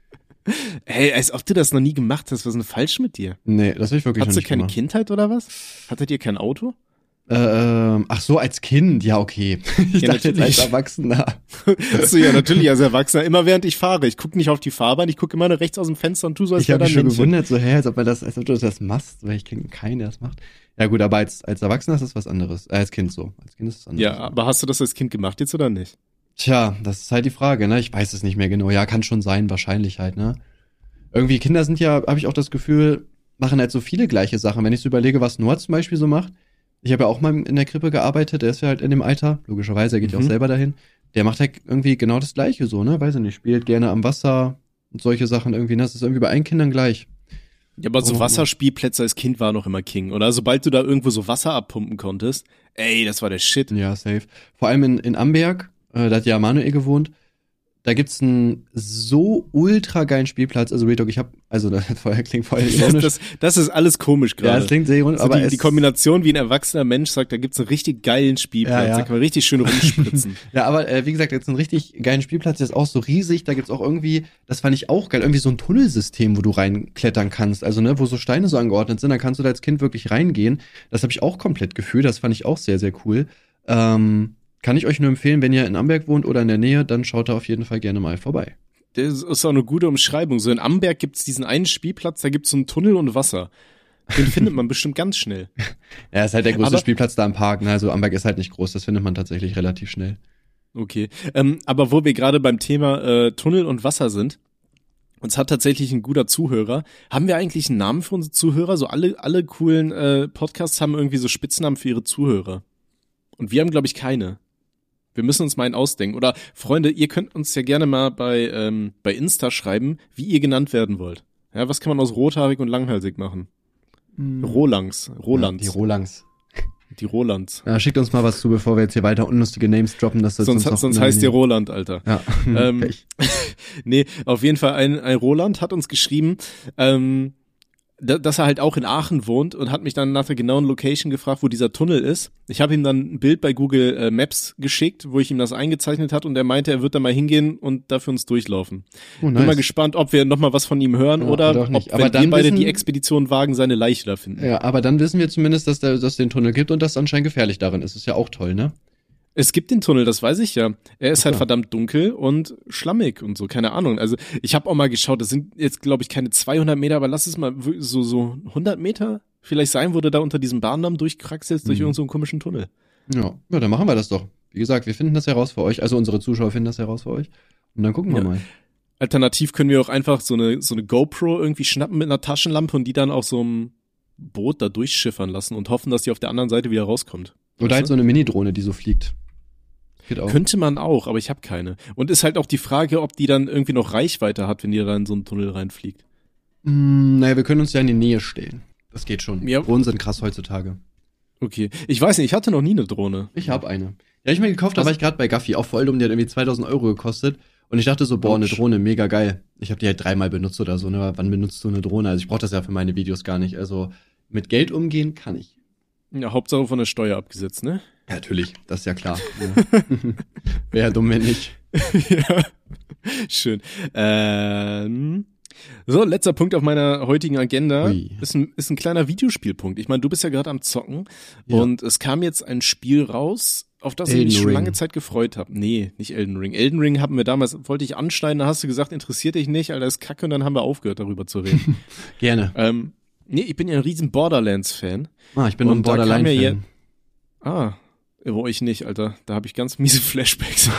Hey, als ob du das noch nie gemacht hast. Was ist denn falsch mit dir? Nee, das habe ich wirklich Hattest noch du nicht keine gemacht. Kindheit oder was? Hattet ihr kein Auto? Äh, ähm, ach so, als Kind, ja, okay. Ich Ja, dachte jetzt natürlich. als Erwachsener. Hast du ja natürlich als Erwachsener. Immer während ich fahre. Ich gucke nicht auf die Fahrbahn, ich gucke immer nur rechts aus dem Fenster und tu so, als Ich wäre habe da mich ein schon Männchen. gewundert, so, hä, als ob, man das, als ob du das machst, weil ich kenne keinen, der das macht. Ja gut, aber als, als Erwachsener ist das was anderes. Äh, als Kind so. Als Kind ist das anderes. Ja, aber hast du das als Kind gemacht jetzt oder nicht? Tja, das ist halt die Frage, ne? Ich weiß es nicht mehr genau. Ja, kann schon sein, wahrscheinlich halt, ne? Irgendwie, Kinder sind ja, habe ich auch das Gefühl, machen halt so viele gleiche Sachen. Wenn ich so überlege, was Noah zum Beispiel so macht, ich habe ja auch mal in der Krippe gearbeitet, der ist ja halt in dem Alter, logischerweise, er geht ja Mhm. auch selber dahin. Der macht halt irgendwie genau das Gleiche so, ne? Weiß ich nicht, spielt gerne am Wasser und solche Sachen irgendwie, ne? Das ist irgendwie bei allen Kindern gleich. Ja, aber so Oh. Wasserspielplätze als Kind war noch immer King, oder? Sobald du da irgendwo so Wasser abpumpen konntest, ey, das war der Shit. Ja, safe. Vor allem in, in Amberg, äh, da hat ja Manuel gewohnt, da gibt's einen so ultra geilen Spielplatz. Also, Real Talk, ich hab, also, das vorher klingt voll Das, ironisch. das, das ist alles komisch ja, gerade. es klingt sehr ironisch, so aber die, es, die Kombination, wie ein erwachsener Mensch sagt, da gibt's einen richtig geilen Spielplatz, Ja, ja. da kann man richtig schön rumspritzen. Ja, aber äh, wie gesagt, jetzt einen richtig geilen Spielplatz, der ist auch so riesig. Da gibt's auch irgendwie, das fand ich auch geil, irgendwie so ein Tunnelsystem, wo du reinklettern kannst. Also, ne, wo so Steine so angeordnet sind, dann kannst du da als Kind wirklich reingehen. Das habe ich auch komplett gefühlt. Das fand ich auch sehr, sehr cool. Ähm, kann ich euch nur empfehlen, wenn ihr in Amberg wohnt oder in der Nähe, dann schaut da auf jeden Fall gerne mal vorbei. Das ist auch eine gute Umschreibung. So in Amberg gibt's diesen einen Spielplatz, da gibt's so einen Tunnel und Wasser. Den findet man bestimmt ganz schnell. Ja, ist halt der größte Aber- Spielplatz da im Park. Ne? Also Amberg ist halt nicht groß, das findet man tatsächlich relativ schnell. Okay. Ähm, aber wo wir gerade beim Thema äh, Tunnel und Wasser sind, Uns hat tatsächlich ein guter Zuhörer. Haben wir eigentlich einen Namen für unsere Zuhörer? So alle alle coolen äh, Podcasts haben irgendwie so Spitznamen für ihre Zuhörer. Und wir haben, glaube ich, keine. Wir müssen uns mal einen ausdenken. Oder Freunde, ihr könnt uns ja gerne mal bei ähm, bei Insta schreiben, wie ihr genannt werden wollt. Ja, was kann man aus rothaarig und langhalsig machen? Hm. Rolangs. Rolands. Ja, die Rolands. Die Rolands. Ja, schickt uns mal was zu, bevor wir jetzt hier weiter unlustige Names droppen. Dass das sonst sonst, sonst heißt ihr Roland, Alter. Ja. ähm, nee, auf jeden Fall ein, ein Roland hat uns geschrieben, ähm, da, dass er halt auch in Aachen wohnt und hat mich dann nach der genauen Location gefragt, wo dieser Tunnel ist. Ich habe ihm dann ein Bild bei Google äh, Maps geschickt, wo ich ihm das eingezeichnet hat und er meinte, er wird da mal hingehen und dafür uns durchlaufen. Oh, nice. Bin mal gespannt, ob wir nochmal was von ihm hören ja, oder ob, aber wenn dann wir beide wissen, die Expedition wagen, seine Leiche da finden. Ja, aber dann wissen wir zumindest, dass da, dass es den Tunnel gibt und dass es anscheinend gefährlich darin ist. Ist ja auch toll, ne? Es gibt den Tunnel, das weiß ich ja. Er ist halt verdammt dunkel und schlammig und so, keine Ahnung. Also ich habe auch mal geschaut, das sind jetzt, glaube ich, keine zweihundert Meter, aber lass es mal so so hundert Meter vielleicht sein, wo du da unter diesem Bahndamm durchkraxelst durch mhm. irgendeinen so komischen Tunnel. Ja, ja, dann machen wir das doch. Wie gesagt, wir finden das heraus für euch, also unsere Zuschauer finden das heraus für euch und dann gucken wir ja. mal. Alternativ können wir auch einfach so eine so eine GoPro irgendwie schnappen mit einer Taschenlampe und die dann auf so einem Boot da durchschiffern lassen und hoffen, dass die auf der anderen Seite wieder rauskommt. Oder halt so eine Mini-Drohne, die so fliegt. Auch. Könnte man auch, aber ich habe keine. Und ist halt auch die Frage, ob die dann irgendwie noch Reichweite hat, wenn die da in so einen Tunnel reinfliegt. Mm, naja, wir können uns ja in die Nähe stellen. Das geht schon. Ja. Drohnen sind krass heutzutage. Okay. Ich weiß nicht, ich hatte noch nie eine Drohne. Ich habe eine. Ja, ich mir gekauft, da war ich gerade bei Gaffi, auch voll dumm, die hat irgendwie zweitausend Euro gekostet. Und ich dachte so, boah, eine Drohne, mega geil. Ich habe die halt dreimal benutzt oder so, ne? Wann benutzt du eine Drohne? Also ich brauche das ja für meine Videos gar nicht. Also mit Geld umgehen kann ich. Ja, Hauptsache von der Steuer abgesetzt, ne? Ja, natürlich, das ist ja klar. Ja. Wäre ja dumm, wenn nicht. Ja, schön. Ähm, so, letzter Punkt auf meiner heutigen Agenda ist ein, ist ein kleiner Videospielpunkt. Ich meine, du bist ja gerade am Zocken ja. und es kam jetzt ein Spiel raus, auf das Elden ich mich schon Ring. lange Zeit gefreut habe. Nee, nicht Elden Ring. Elden Ring haben wir damals, wollte ich anschneiden, da hast du gesagt, interessiert dich nicht, Alter, ist kacke und dann haben wir aufgehört, darüber zu reden. Gerne. Ähm, nee, ich bin ja ein riesen Borderlands-Fan. Ah, ich bin noch ein Borderlands-Fan. Ah, wo ich nicht, Alter. Da habe ich ganz miese Flashbacks.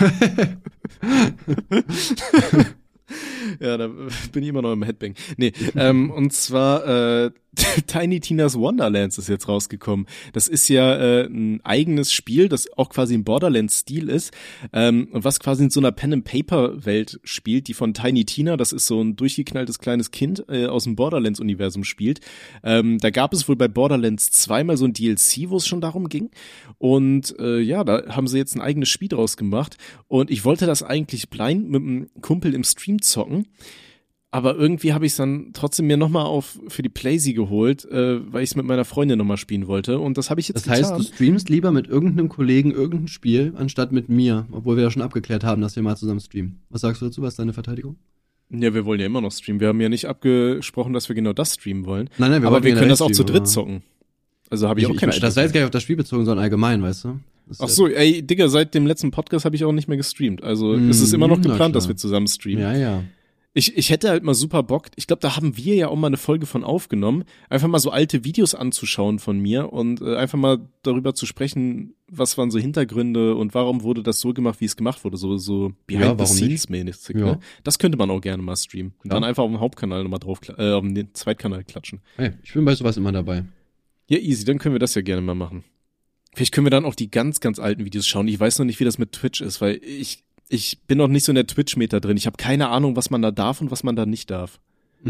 Ja, da bin ich immer noch im Headbang. Nee, ähm, und zwar äh, Tiny Tina's Wonderlands ist jetzt rausgekommen. Das ist ja äh, ein eigenes Spiel, das auch quasi im Borderlands-Stil ist ähm, und was quasi in so einer Pen-and-Paper-Welt spielt, die von Tiny Tina, das ist so ein durchgeknalltes kleines Kind, äh, aus dem Borderlands-Universum spielt. Ähm, da gab es wohl bei Borderlands zweimal so ein D L C, wo es schon darum ging und äh, ja, da haben sie jetzt ein eigenes Spiel draus gemacht und ich wollte das eigentlich blind mit einem Kumpel im Stream zocken. Aber irgendwie habe ich es dann trotzdem mir nochmal auf für die Playsee geholt, äh, weil ich es mit meiner Freundin nochmal spielen wollte. Und das habe ich jetzt getan. Das heißt, getan. du streamst lieber mit irgendeinem Kollegen irgendein Spiel, anstatt mit mir, obwohl wir ja schon abgeklärt haben, dass wir mal zusammen streamen. Was sagst du dazu? Was ist deine Verteidigung? Ja, wir wollen ja immer noch streamen. Wir haben ja nicht abgesprochen, dass wir genau das streamen wollen. Nein, nein, wir aber wir können das auch zu dritt oder? zocken. Also habe ich, ich auch keinen ich, Das sei jetzt gar nicht auf das Spiel bezogen, sondern allgemein, weißt du? Ach so, ey, Digga, seit dem letzten Podcast habe ich auch nicht mehr gestreamt. Also mmh, es ist immer noch geplant, dass wir zusammen streamen. Ja, ja. Ich, ich hätte halt mal super Bock, ich glaube, da haben wir ja auch mal eine Folge von aufgenommen, einfach mal so alte Videos anzuschauen von mir und äh, einfach mal darüber zu sprechen, was waren so Hintergründe und warum wurde das so gemacht, wie es gemacht wurde, so so behind ja, the scenes mäßig. Ja. Ne? Das könnte man auch gerne mal streamen und ja. dann einfach auf dem Hauptkanal nochmal drauf, äh, auf den Zweitkanal klatschen. Hey, ich bin bei sowas immer dabei. Ja, easy, dann können wir das ja gerne mal machen. Vielleicht können wir dann auch die ganz, ganz alten Videos schauen. Ich weiß noch nicht, wie das mit Twitch ist, weil ich Ich bin noch nicht so in der Twitch-Meta drin. Ich habe keine Ahnung, was man da darf und was man da nicht darf.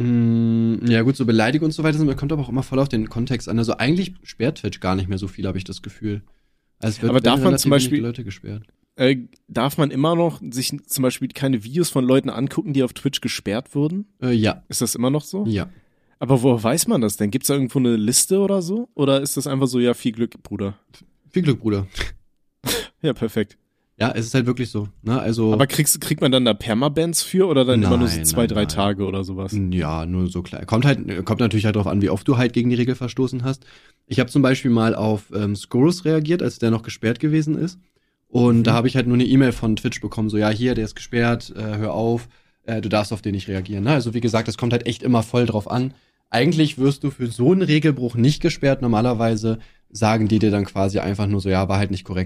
Mm, ja gut, so Beleidigung und so weiter, man kommt aber auch immer voll auf den Kontext an. Also eigentlich sperrt Twitch gar nicht mehr so viel, habe ich das Gefühl. Also es wird aber darf man zum Beispiel Leute gesperrt. Äh, darf man immer noch sich zum Beispiel keine Videos von Leuten angucken, die auf Twitch gesperrt wurden? Äh, ja. Ist das immer noch so? Ja. Aber woher weiß man das denn? Gibt's da irgendwo eine Liste oder so? Oder ist das einfach so, ja, viel Glück, Bruder? Viel Glück, Bruder. Ja, perfekt. Ja, es ist halt wirklich so, ne, also. Aber kriegst, kriegt man dann da Permabans für oder dann nein, immer nur so zwei, nein, drei nein. Tage oder sowas? Ja, nur so klein. Kommt halt, kommt natürlich halt drauf an, wie oft du halt gegen die Regel verstoßen hast. Ich habe zum Beispiel mal auf ähm, Scorus reagiert, als der noch gesperrt gewesen ist. Und mhm. da habe ich halt nur eine E-Mail von Twitch bekommen, so, ja, hier, der ist gesperrt, äh, hör auf, äh, du darfst auf den nicht reagieren, ne? Also wie gesagt, es kommt halt echt immer voll drauf an. Eigentlich wirst du für so einen Regelbruch nicht gesperrt. Normalerweise sagen die dir dann quasi einfach nur so, ja, war halt nicht korrekt.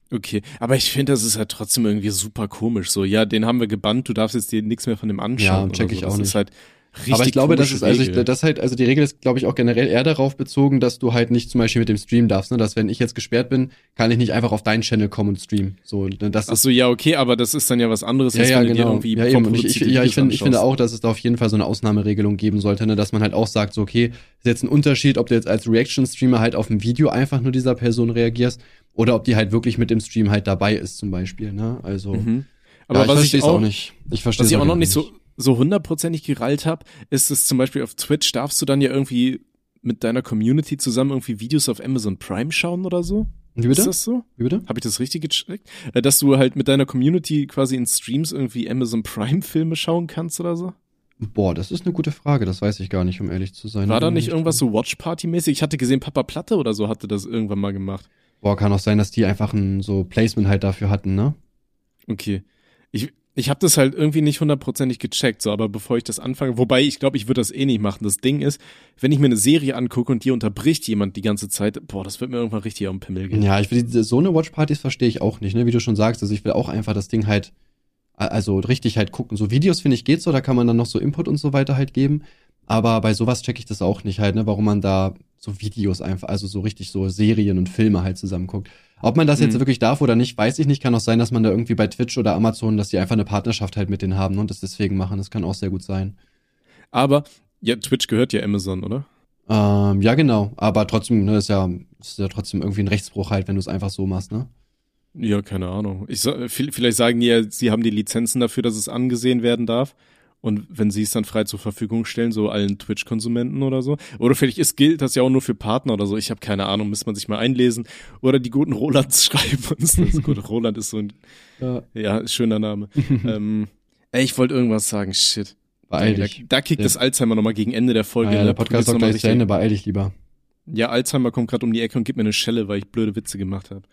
Okay, aber ich finde, das ist halt trotzdem irgendwie super komisch. So, ja, den haben wir gebannt, du darfst jetzt dir nichts mehr von dem anschauen. Ja, check ich so. auch das nicht. Ist halt richtig aber ich glaube, das ist, also ich, Regel. das halt, also die Regel ist, glaube ich, auch generell eher darauf bezogen, dass du halt nicht zum Beispiel mit dem Stream darfst, ne? Dass wenn ich jetzt gesperrt bin, kann ich nicht einfach auf deinen Channel kommen und streamen. So, das Ach ist, so, ja, okay, aber das ist dann ja was anderes, ja, als ja, wenn du dir genau. irgendwie Ja, eben. Und ich, ich, vorproduzierte ja, ich Videos finde, ich finde anschaust. auch, dass es da auf jeden Fall so eine Ausnahmeregelung geben sollte, ne? Dass man halt auch sagt, so, okay, ist jetzt ein Unterschied, ob du jetzt als Reaction-Streamer halt auf ein Video einfach nur dieser Person reagierst oder ob die halt wirklich mit dem Stream halt dabei ist, zum Beispiel, ne? Also, Mhm. Aber ja, ich was verstehe ich es auch, auch nicht. Ich verstehe was ich es auch noch nicht nicht so so hundertprozentig gerallt habe, ist es zum Beispiel auf Twitch, darfst du dann ja irgendwie mit deiner Community zusammen irgendwie Videos auf Amazon Prime schauen oder so? Wie bitte? Ist das so? Wie bitte? Habe ich das richtig gecheckt? Äh, Dass du halt mit deiner Community quasi in Streams irgendwie Amazon Prime Filme schauen kannst oder so? Boah, das ist eine gute Frage. Das weiß ich gar nicht, um ehrlich zu sein. War da Bin nicht ich irgendwas dran. so Watch-Party-mäßig? Ich hatte gesehen, Papa Platte oder so hatte das irgendwann mal gemacht. Boah, kann auch sein, dass die einfach ein so Placement halt dafür hatten, ne? Okay. Ich, ich habe das halt irgendwie nicht hundertprozentig gecheckt, so, aber bevor ich das anfange, wobei ich glaube, ich würde das eh nicht machen. Das Ding ist, wenn ich mir eine Serie angucke und die unterbricht jemand die ganze Zeit, boah, das wird mir irgendwann richtig auf den Pimmel gehen. Ja, ich will diese, so eine Watchpartys verstehe ich auch nicht, ne? Wie du schon sagst, also ich will auch einfach das Ding halt, also richtig halt gucken. So Videos, finde ich, geht so, da kann man dann noch so Input und so weiter halt geben. Aber bei sowas check ich das auch nicht halt, ne? Warum man da so Videos einfach, also so richtig so Serien und Filme halt zusammen guckt. Ob man das jetzt Mhm. wirklich darf oder nicht, weiß ich nicht. Kann auch sein, dass man da irgendwie bei Twitch oder Amazon, dass die einfach eine Partnerschaft halt mit denen haben und das deswegen machen. Das kann auch sehr gut sein. Aber, ja, Twitch gehört ja Amazon, oder? Ähm, ja, genau. Aber trotzdem, ne, ist ja, ist ja trotzdem irgendwie ein Rechtsbruch halt, wenn du es einfach so machst, ne? Ja, keine Ahnung. Ich, sa- viel- vielleicht sagen die ja, sie haben die Lizenzen dafür, dass es angesehen werden darf. Und wenn sie es dann frei zur Verfügung stellen, so allen Twitch-Konsumenten oder so. Oder vielleicht ist, gilt das ja auch nur für Partner oder so. Ich habe keine Ahnung, müsste man sich mal einlesen. Oder die guten Rolands schreiben uns das. Gut, Roland ist so ein, Ja. ja, schöner Name. ähm, ey, ich wollte irgendwas sagen, shit. Beeil da, dich. da kickt Ja. das Alzheimer nochmal gegen Ende der Folge. Ah, ja, ne? der Podcast ist Probiert's auch noch mal gleich zu richtig. Ende, beeil dich lieber. Ja, Alzheimer kommt gerade um die Ecke und gibt mir eine Schelle, weil ich blöde Witze gemacht habe.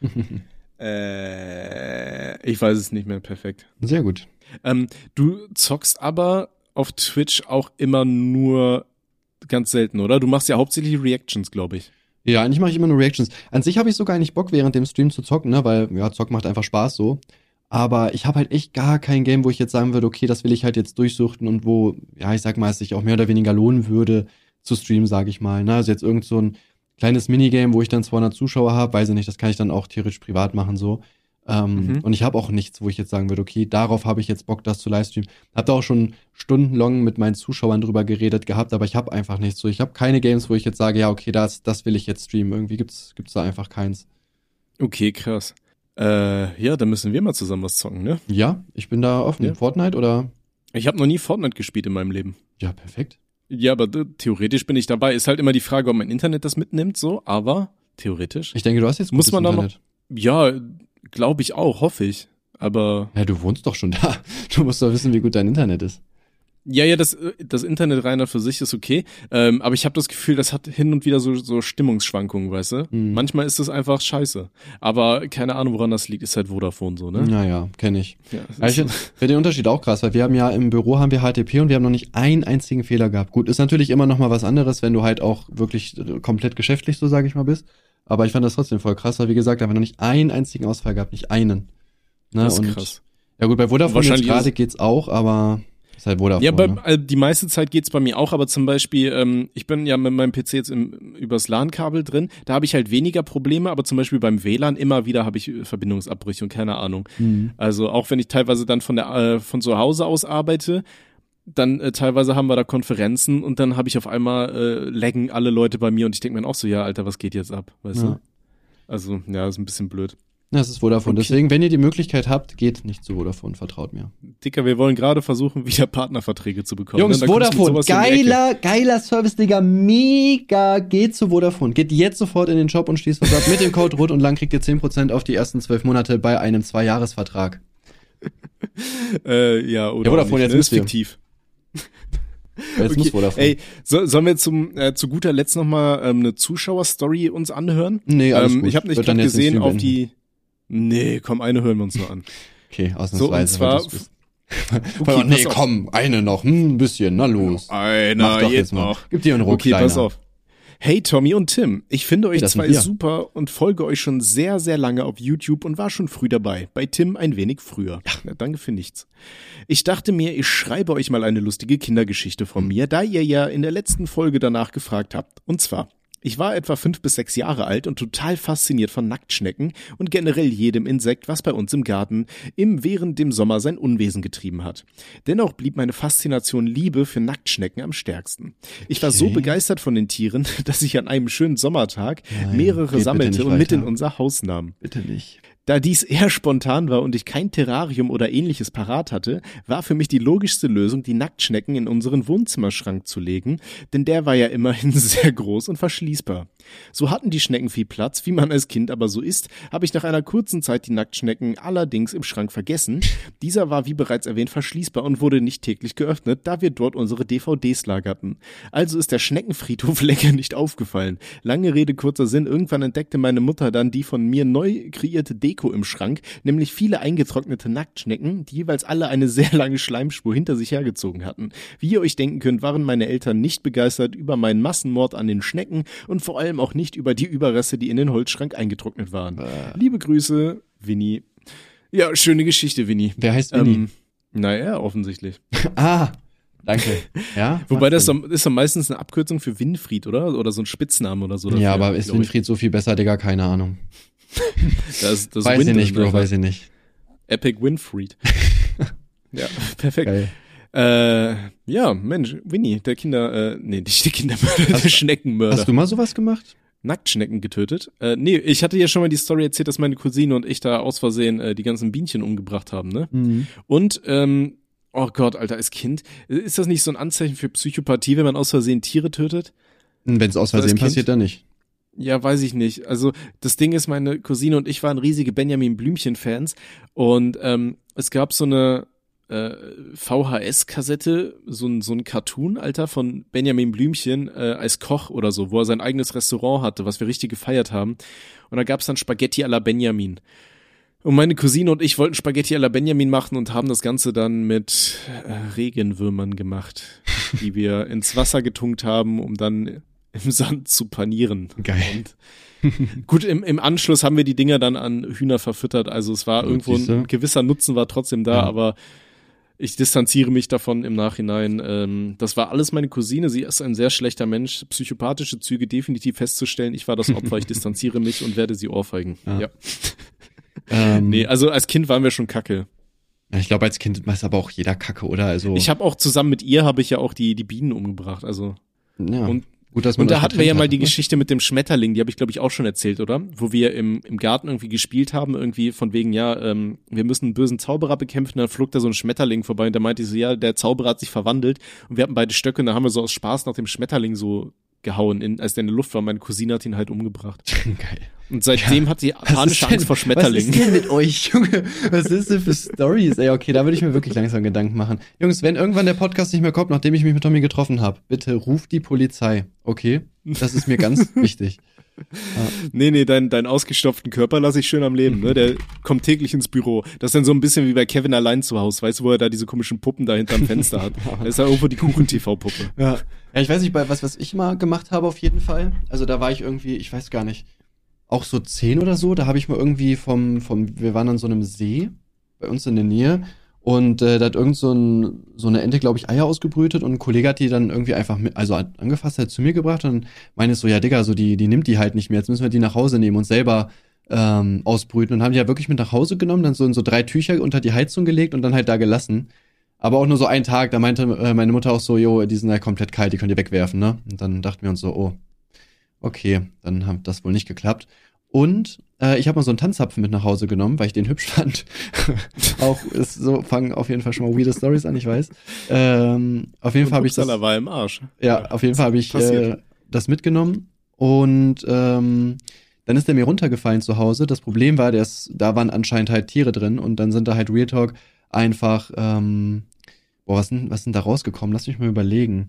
äh, ich weiß es nicht mehr perfekt. Sehr gut. Ähm, du zockst aber auf Twitch auch immer nur ganz selten, oder? Du machst ja hauptsächlich Reactions, glaube ich. Ja, eigentlich mache ich immer nur Reactions. An sich habe ich sogar nicht Bock, während dem Stream zu zocken, ne, weil, ja, Zock macht einfach Spaß so. Aber ich habe halt echt gar kein Game, wo ich jetzt sagen würde, okay, das will ich halt jetzt durchsuchten und wo, ja, ich sag mal, es sich auch mehr oder weniger lohnen würde zu streamen, sage ich mal. Ne? Also jetzt irgend so ein kleines Minigame, wo ich dann zweihundert Zuschauer habe, weiß ich nicht, das kann ich dann auch theoretisch privat machen so. Ähm, Mhm. Und ich habe auch nichts, wo ich jetzt sagen würde, okay, darauf habe ich jetzt Bock, das zu livestreamen. Hab da auch schon stundenlang mit meinen Zuschauern drüber geredet gehabt, aber ich habe einfach nichts so. Ich habe keine Games, wo ich jetzt sage, ja, okay, das, das will ich jetzt streamen. Irgendwie gibt's, gibt's da einfach keins. Okay, krass. Äh, ja, dann müssen wir mal zusammen was zocken, ne? Ja, ich bin da offen. Ja. Fortnite oder? Ich habe noch nie Fortnite gespielt in meinem Leben. Ja, perfekt. Ja, aber d- theoretisch bin ich dabei. Ist halt immer die Frage, ob mein Internet das mitnimmt, so, aber theoretisch. Ich denke, du hast jetzt Muss gutes man da noch- Internet. Ja, glaube ich auch, hoffe ich. Aber Ja, du wohnst doch schon da. Du musst doch wissen, wie gut dein Internet ist. ja, ja, das, das Internet reiner für sich ist okay. Ähm, aber ich habe das Gefühl, das hat hin und wieder so, so Stimmungsschwankungen, weißt du? Mhm. Manchmal ist es einfach scheiße. Aber keine Ahnung, woran das liegt. Ist halt Vodafone so, ne? Naja, kenne ich. Ja, Aber ich finde find den Unterschied auch krass, weil wir haben ja im Büro haben wir H T T P und wir haben noch nicht einen einzigen Fehler gehabt. Gut, ist natürlich immer noch mal was anderes, wenn du halt auch wirklich äh, komplett geschäftlich, so sage ich mal, bist. Aber ich fand das trotzdem voll krass, weil wie gesagt, da haben wir noch nicht einen einzigen Ausfall gehabt, nicht einen. Ne? das ist und krass. Ja gut, bei Vodafone jetzt Wahrscheinlich gerade ist- geht's auch, aber ist halt Vodafone. Ja, bei, ne? äh, die meiste Zeit geht's bei mir auch, aber zum Beispiel, ähm, ich bin ja mit meinem P C jetzt im, übers LAN-Kabel drin, da habe ich halt weniger Probleme, aber zum Beispiel beim W L A N immer wieder habe ich äh, Verbindungsabbrüche und keine Ahnung. Mhm. Also auch wenn ich teilweise dann von der äh, von zu Hause aus arbeite, dann äh, teilweise haben wir da Konferenzen und dann habe ich auf einmal äh, laggen alle Leute bei mir und ich denke mir auch so, ja, Alter, was geht jetzt ab, weißt Ja. du? Also, ja, ist ein bisschen blöd. Ja, das ist Vodafone. Okay. Deswegen, wenn ihr die Möglichkeit habt, geht nicht zu Vodafone, vertraut mir. Dicker, wir wollen gerade versuchen, wieder Partnerverträge zu bekommen. Jungs, ne? Dann kommst du mit Vodafone, sowas um die Ecke. geiler, geiler Service, Digga, mega, geht zu Vodafone. Geht jetzt sofort in den Shop und schließt was ab. Mit dem Code Rot und Lang kriegt ihr zehn Prozent auf die ersten zwölf Monate bei einem Zwei-Jahres-Vertrag. Äh, ja, oder Ja, Vodafone, auch nicht, jetzt ne? müsst Ist ihr. fiktiv. Jetzt Okay, muss Vodafone. Ey, so, sollen wir zum äh, zu guter Letzt noch mal ähm, eine Zuschauerstory uns anhören? Nee, alles ähm, gut. Ich habe nicht Wird dann gerade jetzt den gesehen Stream auf beenden. die. Nee, komm, eine hören wir uns nur an. Okay, So, ausnahmsweise. und zwar. weil du's bist. Okay, nee, pass auf. komm, eine noch, hm, ein bisschen, na los. Mach Einer doch jetzt mal. noch. Gib dir einen Ruck, Okay, Kleiner. pass auf. Hey Tommy und Tim, ich finde euch Hey, das sind zwei wir. super und folge euch schon sehr, sehr lange auf YouTube und war schon früh dabei. Bei Tim ein wenig früher. Ja, danke für nichts. Ich dachte mir, ich schreibe euch mal eine lustige Kindergeschichte von mir, da ihr ja in der letzten Folge danach gefragt habt. Und zwar, ich war etwa fünf bis sechs Jahre alt und total fasziniert von Nacktschnecken und generell jedem Insekt, was bei uns im Garten im während dem Sommer sein Unwesen getrieben hat. Dennoch blieb meine Faszination Liebe für Nacktschnecken am stärksten. Ich war so Okay. begeistert von den Tieren, dass ich an einem schönen Sommertag Nein, mehrere geht bitte sammelte nicht und mit weiter. in unser Haus nahm. Bitte nicht. Da dies eher spontan war und ich kein Terrarium oder ähnliches parat hatte, war für mich die logischste Lösung, die Nacktschnecken in unseren Wohnzimmerschrank zu legen, denn der war ja immerhin sehr groß und verschließbar. So hatten die Schnecken viel Platz, wie man als Kind aber so ist, habe ich nach einer kurzen Zeit die Nacktschnecken allerdings im Schrank vergessen. Dieser war wie bereits erwähnt verschließbar und wurde nicht täglich geöffnet, da wir dort unsere D V Ds lagerten. Also ist der Schneckenfriedhof länger nicht aufgefallen. Lange Rede, kurzer Sinn, irgendwann entdeckte meine Mutter dann die von mir neu kreierte Deko im Schrank, nämlich viele eingetrocknete Nacktschnecken, die jeweils alle eine sehr lange Schleimspur hinter sich hergezogen hatten. Wie ihr euch denken könnt, waren meine Eltern nicht begeistert über meinen Massenmord an den Schnecken und vor allem auch nicht über die Überreste, die in den Holzschrank eingetrocknet waren. Äh. Liebe Grüße, Winnie. Ja, schöne Geschichte, Winnie. Wer heißt Winnie? Ähm, naja, offensichtlich. Ah, danke. Ja. Wobei macht das Sinn. ist, ist doch meistens eine Abkürzung für Winfried, oder? Oder so ein Spitzname oder so. Ja, dafür, aber ist glaub ich. Winfried so viel besser, Digga? Keine Ahnung. Da ist, das Weiß Win ich nicht, drin, Bro, einfach. weiß ich nicht. Epic Winfried. Ja, perfekt. Geil. Äh, ja, Mensch, Winnie, der Kinder, äh, nee, nicht der Kindermörder, der Schneckenmörder. Hast du mal sowas gemacht? Nacktschnecken getötet? Äh, nee, ich hatte ja schon mal die Story erzählt, dass meine Cousine und ich da aus Versehen äh, die ganzen Bienchen umgebracht haben, ne? Mhm. Und, ähm, oh Gott, Alter, als Kind, ist das nicht so ein Anzeichen für Psychopathie, wenn man aus Versehen Tiere tötet? Wenn es aus So als Versehen Kind? passiert, dann nicht. Ja, weiß ich nicht. Also das Ding ist, meine Cousine und ich waren riesige Benjamin Blümchen-Fans und ähm, es gab so eine äh, V H S-Kassette, so ein, so ein Cartoon, Alter, von Benjamin Blümchen äh, als Koch oder so, wo er sein eigenes Restaurant hatte, was wir richtig gefeiert haben. Und da gab's dann Spaghetti à la Benjamin. Und meine Cousine und ich wollten Spaghetti à la Benjamin machen und haben das Ganze dann mit äh, Regenwürmern gemacht, die wir ins Wasser getunkt haben, um dann im Sand zu panieren. Geil. Und gut, im, im Anschluss haben wir die Dinger dann an Hühner verfüttert, also es war Ja, irgendwo siehste. ein gewisser Nutzen war trotzdem da, Ja. aber ich distanziere mich davon im Nachhinein. Ähm, das war alles meine Cousine, sie ist ein sehr schlechter Mensch, psychopathische Züge definitiv festzustellen, ich war das Opfer, ich distanziere mich und werde sie ohrfeigen. Ja. Ja. Ähm, Nee, also als Kind waren wir schon kacke. ja, ich glaube, als Kind ist aber auch jeder Kacke, oder? Also, Ich habe auch zusammen mit ihr, habe ich ja auch die, die Bienen umgebracht, also ja, und gut, dass man Und da das hatten wir ja getrennt mal hat, die ne? Geschichte mit dem Schmetterling, die habe ich glaube ich auch schon erzählt, oder? Wo wir im, im Garten irgendwie gespielt haben, irgendwie von wegen, ja, ähm, wir müssen einen bösen Zauberer bekämpfen, dann flog da so ein Schmetterling vorbei und da meinte ich so, ja, der Zauberer hat sich verwandelt und wir hatten beide Stöcke und da haben wir so aus Spaß nach dem Schmetterling so gehauen, in, als der in der Luft war. Meine Cousine hat ihn halt umgebracht. Geil. Und seitdem hat sie Was ist panische denn- Angst vor Schmetterlingen. Was ist denn mit euch, Junge? Was ist denn für Stories? Ey, okay, da würde ich mir wirklich langsam Gedanken machen. Jungs, wenn irgendwann der Podcast nicht mehr kommt, nachdem ich mich mit Tommy getroffen habe, bitte ruft die Polizei, okay? Das ist mir ganz wichtig. Nee, nee, dein, deinen ausgestopften Körper lasse ich schön am Leben, ne? Der kommt täglich ins Büro. Das ist dann so ein bisschen wie bei Kevin allein zu Hause, weißt du, wo er da diese komischen Puppen da hinterm Fenster hat. Da ist ja irgendwo die Kuchen-T V-Puppe. Ja. Ja, ich weiß nicht, bei was, was ich mal gemacht habe auf jeden Fall. Also da war ich irgendwie, ich weiß gar nicht, auch so zehn oder so, da habe ich mal irgendwie vom, vom, wir waren an so einem See bei uns in der Nähe und äh, da hat irgend so, ein, so eine Ente, glaube ich, Eier ausgebrütet und ein Kollege hat die dann irgendwie einfach mit, also hat angefasst, hat zu mir gebracht und meinte so, ja Digga, so die, die nimmt die halt nicht mehr, jetzt müssen wir die nach Hause nehmen und selber ähm, ausbrüten und haben die ja wirklich mit nach Hause genommen, dann so in so drei Tücher unter die Heizung gelegt und dann halt da gelassen. Aber auch nur so einen Tag, da meinte äh, meine Mutter auch so, jo, die sind ja komplett kalt, die könnt ihr wegwerfen, ne? Und dann dachten wir uns so, oh, okay, dann hat das wohl nicht geklappt. Und äh, ich habe mal so einen Tanzzapfen mit nach Hause genommen, weil ich den hübsch fand. Auch ist so, fangen auf jeden Fall schon mal weirde Stories an, ich weiß. Ähm, auf jeden Fall habe ich das, Upsala war im Arsch. ja, auf jeden Fall habe ich äh, Passiert. das mitgenommen und ähm, dann ist der mir runtergefallen zu Hause. Das Problem war, der ist, da waren anscheinend halt Tiere drin und dann sind da halt Real Talk einfach, ähm, boah, was sind, was sind da rausgekommen? Lass mich mal überlegen.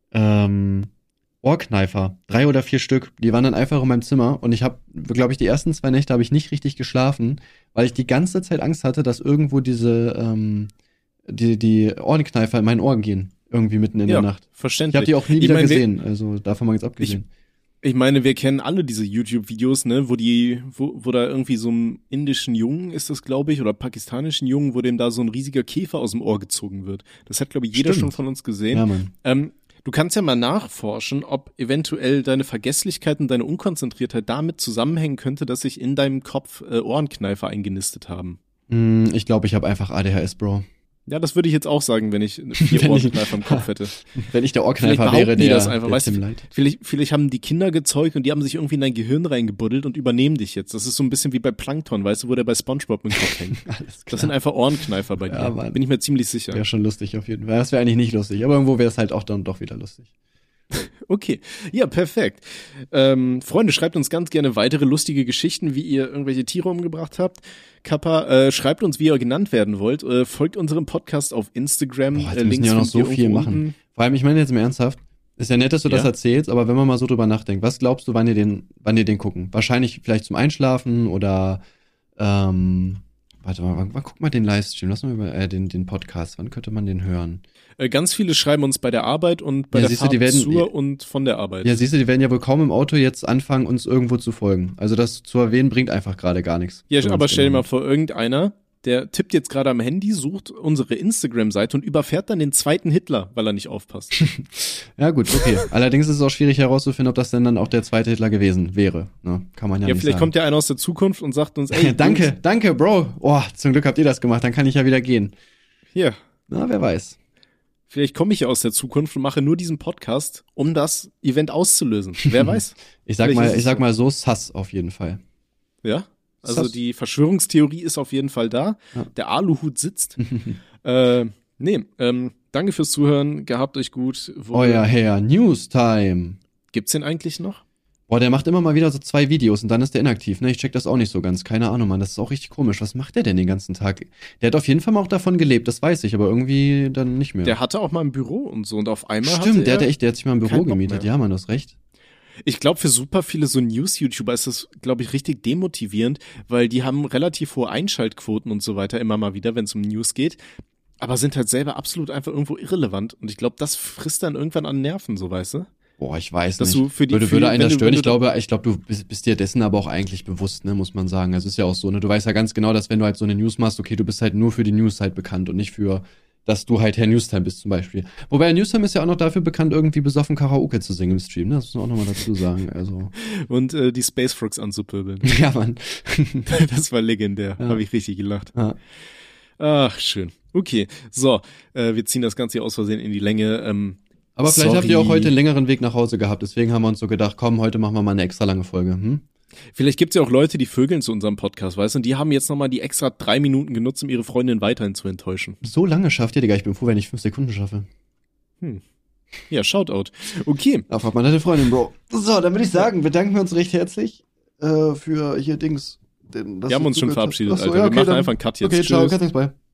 Ähm, Ohrkneifer, drei oder vier Stück, die waren dann einfach in meinem Zimmer und ich habe, glaube ich, die ersten zwei Nächte habe ich nicht richtig geschlafen, weil ich die ganze Zeit Angst hatte, dass irgendwo diese, ähm, die, die Ohrenkneifer in meinen Ohren gehen, irgendwie mitten in Ja, der Nacht. verständlich. Ich habe die auch nie Ich wieder mein, wir- gesehen, also davon mal jetzt abgesehen. Ich meine, wir kennen alle diese YouTube-Videos, ne, wo die, wo, wo da irgendwie so einem indischen Jungen ist das, glaube ich, oder pakistanischen Jungen, wo dem da so ein riesiger Käfer aus dem Ohr gezogen wird. Das hat, glaube ich, jeder Stimmt. schon von uns gesehen. Ja, Mann. Ähm, du kannst ja mal nachforschen, ob eventuell deine Vergesslichkeit und deine Unkonzentriertheit damit zusammenhängen könnte, dass sich in deinem Kopf äh, Ohrenkneifer eingenistet haben. Mm, ich glaube, ich habe einfach A D H S, Bro. Ja, das würde ich jetzt auch sagen, wenn ich vier Wenn ich- Ohrenkneifer im Kopf hätte. Wenn ich der Vielleicht Ohrkneifer behaupten wäre, die der, das einfach, der weißt du, Tim Light. Vielleicht, vielleicht haben die Kinder gezeugt und die haben sich irgendwie in dein Gehirn reingebuddelt und übernehmen dich jetzt. Das ist so ein bisschen wie bei Plankton, weißt du, wo der bei SpongeBob im Kopf hängt. Alles Das klar. sind einfach Ohrenkneifer bei dir. Ja, Mann. Bin ich mir ziemlich sicher. Wäre schon lustig auf jeden Fall. Das wäre eigentlich nicht lustig, aber irgendwo wäre es halt auch dann doch wieder lustig. Okay, ja, perfekt. Ähm, Freunde, schreibt uns ganz gerne weitere lustige Geschichten, wie ihr irgendwelche Tiere umgebracht habt. Kappa, äh, schreibt uns, wie ihr genannt werden wollt. Äh, folgt unserem Podcast auf Instagram. Boah, jetzt äh, müssen Links die auch noch findet so ihr viel irgendwo machen. unten. Vor allem, ich meine jetzt im Ernsthaft, ist ja nett, dass du das Ja. erzählst, aber wenn man mal so drüber nachdenkt, was glaubst du, wann ihr den, wann ihr den gucken? Wahrscheinlich vielleicht zum Einschlafen oder ähm, warte mal, wann, wann guckt man den Livestream? Lass mal über äh, den, den Podcast, wann könnte man den hören? Äh, ganz viele schreiben uns bei der Arbeit und bei Ja, der siehst du, Fahrt die werden- zur und von der Arbeit. Ja, siehst du, die werden ja wohl kaum im Auto jetzt anfangen, uns irgendwo zu folgen. Also das zu erwähnen bringt einfach gerade gar nichts. Ja, Für aber uns stell dir mal genau. vor, irgendeiner, der tippt jetzt gerade am Handy, sucht unsere Instagram-Seite und überfährt dann den zweiten Hitler, weil er nicht aufpasst. Ja gut, okay. Allerdings ist es auch schwierig herauszufinden, ob das denn dann auch der zweite Hitler gewesen wäre. Ne? Kann man ja, Ja, nicht vielleicht sagen. kommt ja einer aus der Zukunft und sagt uns, ey, danke, Jungs, danke, Bro. Oh, zum Glück habt ihr das gemacht, dann kann ich ja wieder gehen. hier, Na, wer weiß. vielleicht komme ich ja aus der Zukunft und mache nur diesen Podcast, um das Event auszulösen. Wer weiß? Ich sag Vielleicht mal, ist es ich sag so. mal so sass auf jeden Fall. Ja? Also Das- die Verschwörungstheorie ist auf jeden Fall da. Ja. Der Aluhut sitzt. äh, nee, ähm, danke fürs Zuhören. Gehabt euch gut. Wo, Euer Herr, Newstime. Gibt's den eigentlich noch? Boah, der macht immer mal wieder so zwei Videos und dann ist der inaktiv, ne? Ich check das auch nicht so ganz. Keine Ahnung, Mann. Das ist auch richtig komisch. Was macht der denn den ganzen Tag? Der hat auf jeden Fall mal auch davon gelebt, das weiß ich, aber irgendwie dann nicht mehr. Der hatte auch mal ein Büro und so und auf einmal Stimmt, hatte der er, hat echt, der hat sich mal ein keinen Büro Bock gemietet. mehr. Ja, Mann, du hast recht. Ich glaube, für super viele so News-YouTuber ist das, glaube ich, richtig demotivierend, weil die haben relativ hohe Einschaltquoten und so weiter immer mal wieder, wenn es um News geht, aber sind halt selber absolut einfach irgendwo irrelevant und ich glaube, das frisst dann irgendwann an Nerven, so weißt du? Boah, ich weiß Dass nicht. du für die- würde für würde die- einen wenn das du- stören. wenn Ich du- glaube, ich glaube, du bist, bist dir dessen aber auch eigentlich bewusst, ne, muss man sagen. Also ist ja auch so, ne, du weißt ja ganz genau, dass wenn du halt so eine News machst, okay, du bist halt nur für die News halt bekannt und nicht für, dass du halt Herr Newstime bist zum Beispiel. Wobei Herr Newstime ist ja auch noch dafür bekannt, irgendwie besoffen Karaoke zu singen im Stream, ne? Das muss man auch nochmal dazu sagen, also. Und äh, die Space Frogs anzupöbeln. Ja, Mann. Das war legendär, Ja. habe ich richtig gelacht. Ja. Ach, schön. Okay, so, äh, wir ziehen das Ganze hier aus Versehen in die Länge. Ähm, Aber vielleicht sorry. habt ihr auch heute einen längeren Weg nach Hause gehabt, deswegen haben wir uns so gedacht, komm, heute machen wir mal eine extra lange Folge, hm? Vielleicht gibt's ja auch Leute, die vögeln zu unserem Podcast, weißt du, und die haben jetzt nochmal die extra drei Minuten genutzt, um ihre Freundin weiterhin zu enttäuschen. So lange schafft ihr, Digga, ich bin froh, wenn ich fünf Sekunden schaffe. Ja, Shoutout. Okay, Da fragt man deine Freundin, Bro. So, dann würde ich sagen, bedanken wir uns recht herzlich äh, für hier Dings. Den, dass wir haben du uns schon zugehört hast. verabschiedet, Ach so, Alter. ja, Wir okay, machen dann- einfach einen Cut jetzt. Okay, ciao, Tschüss. Katzings, bye.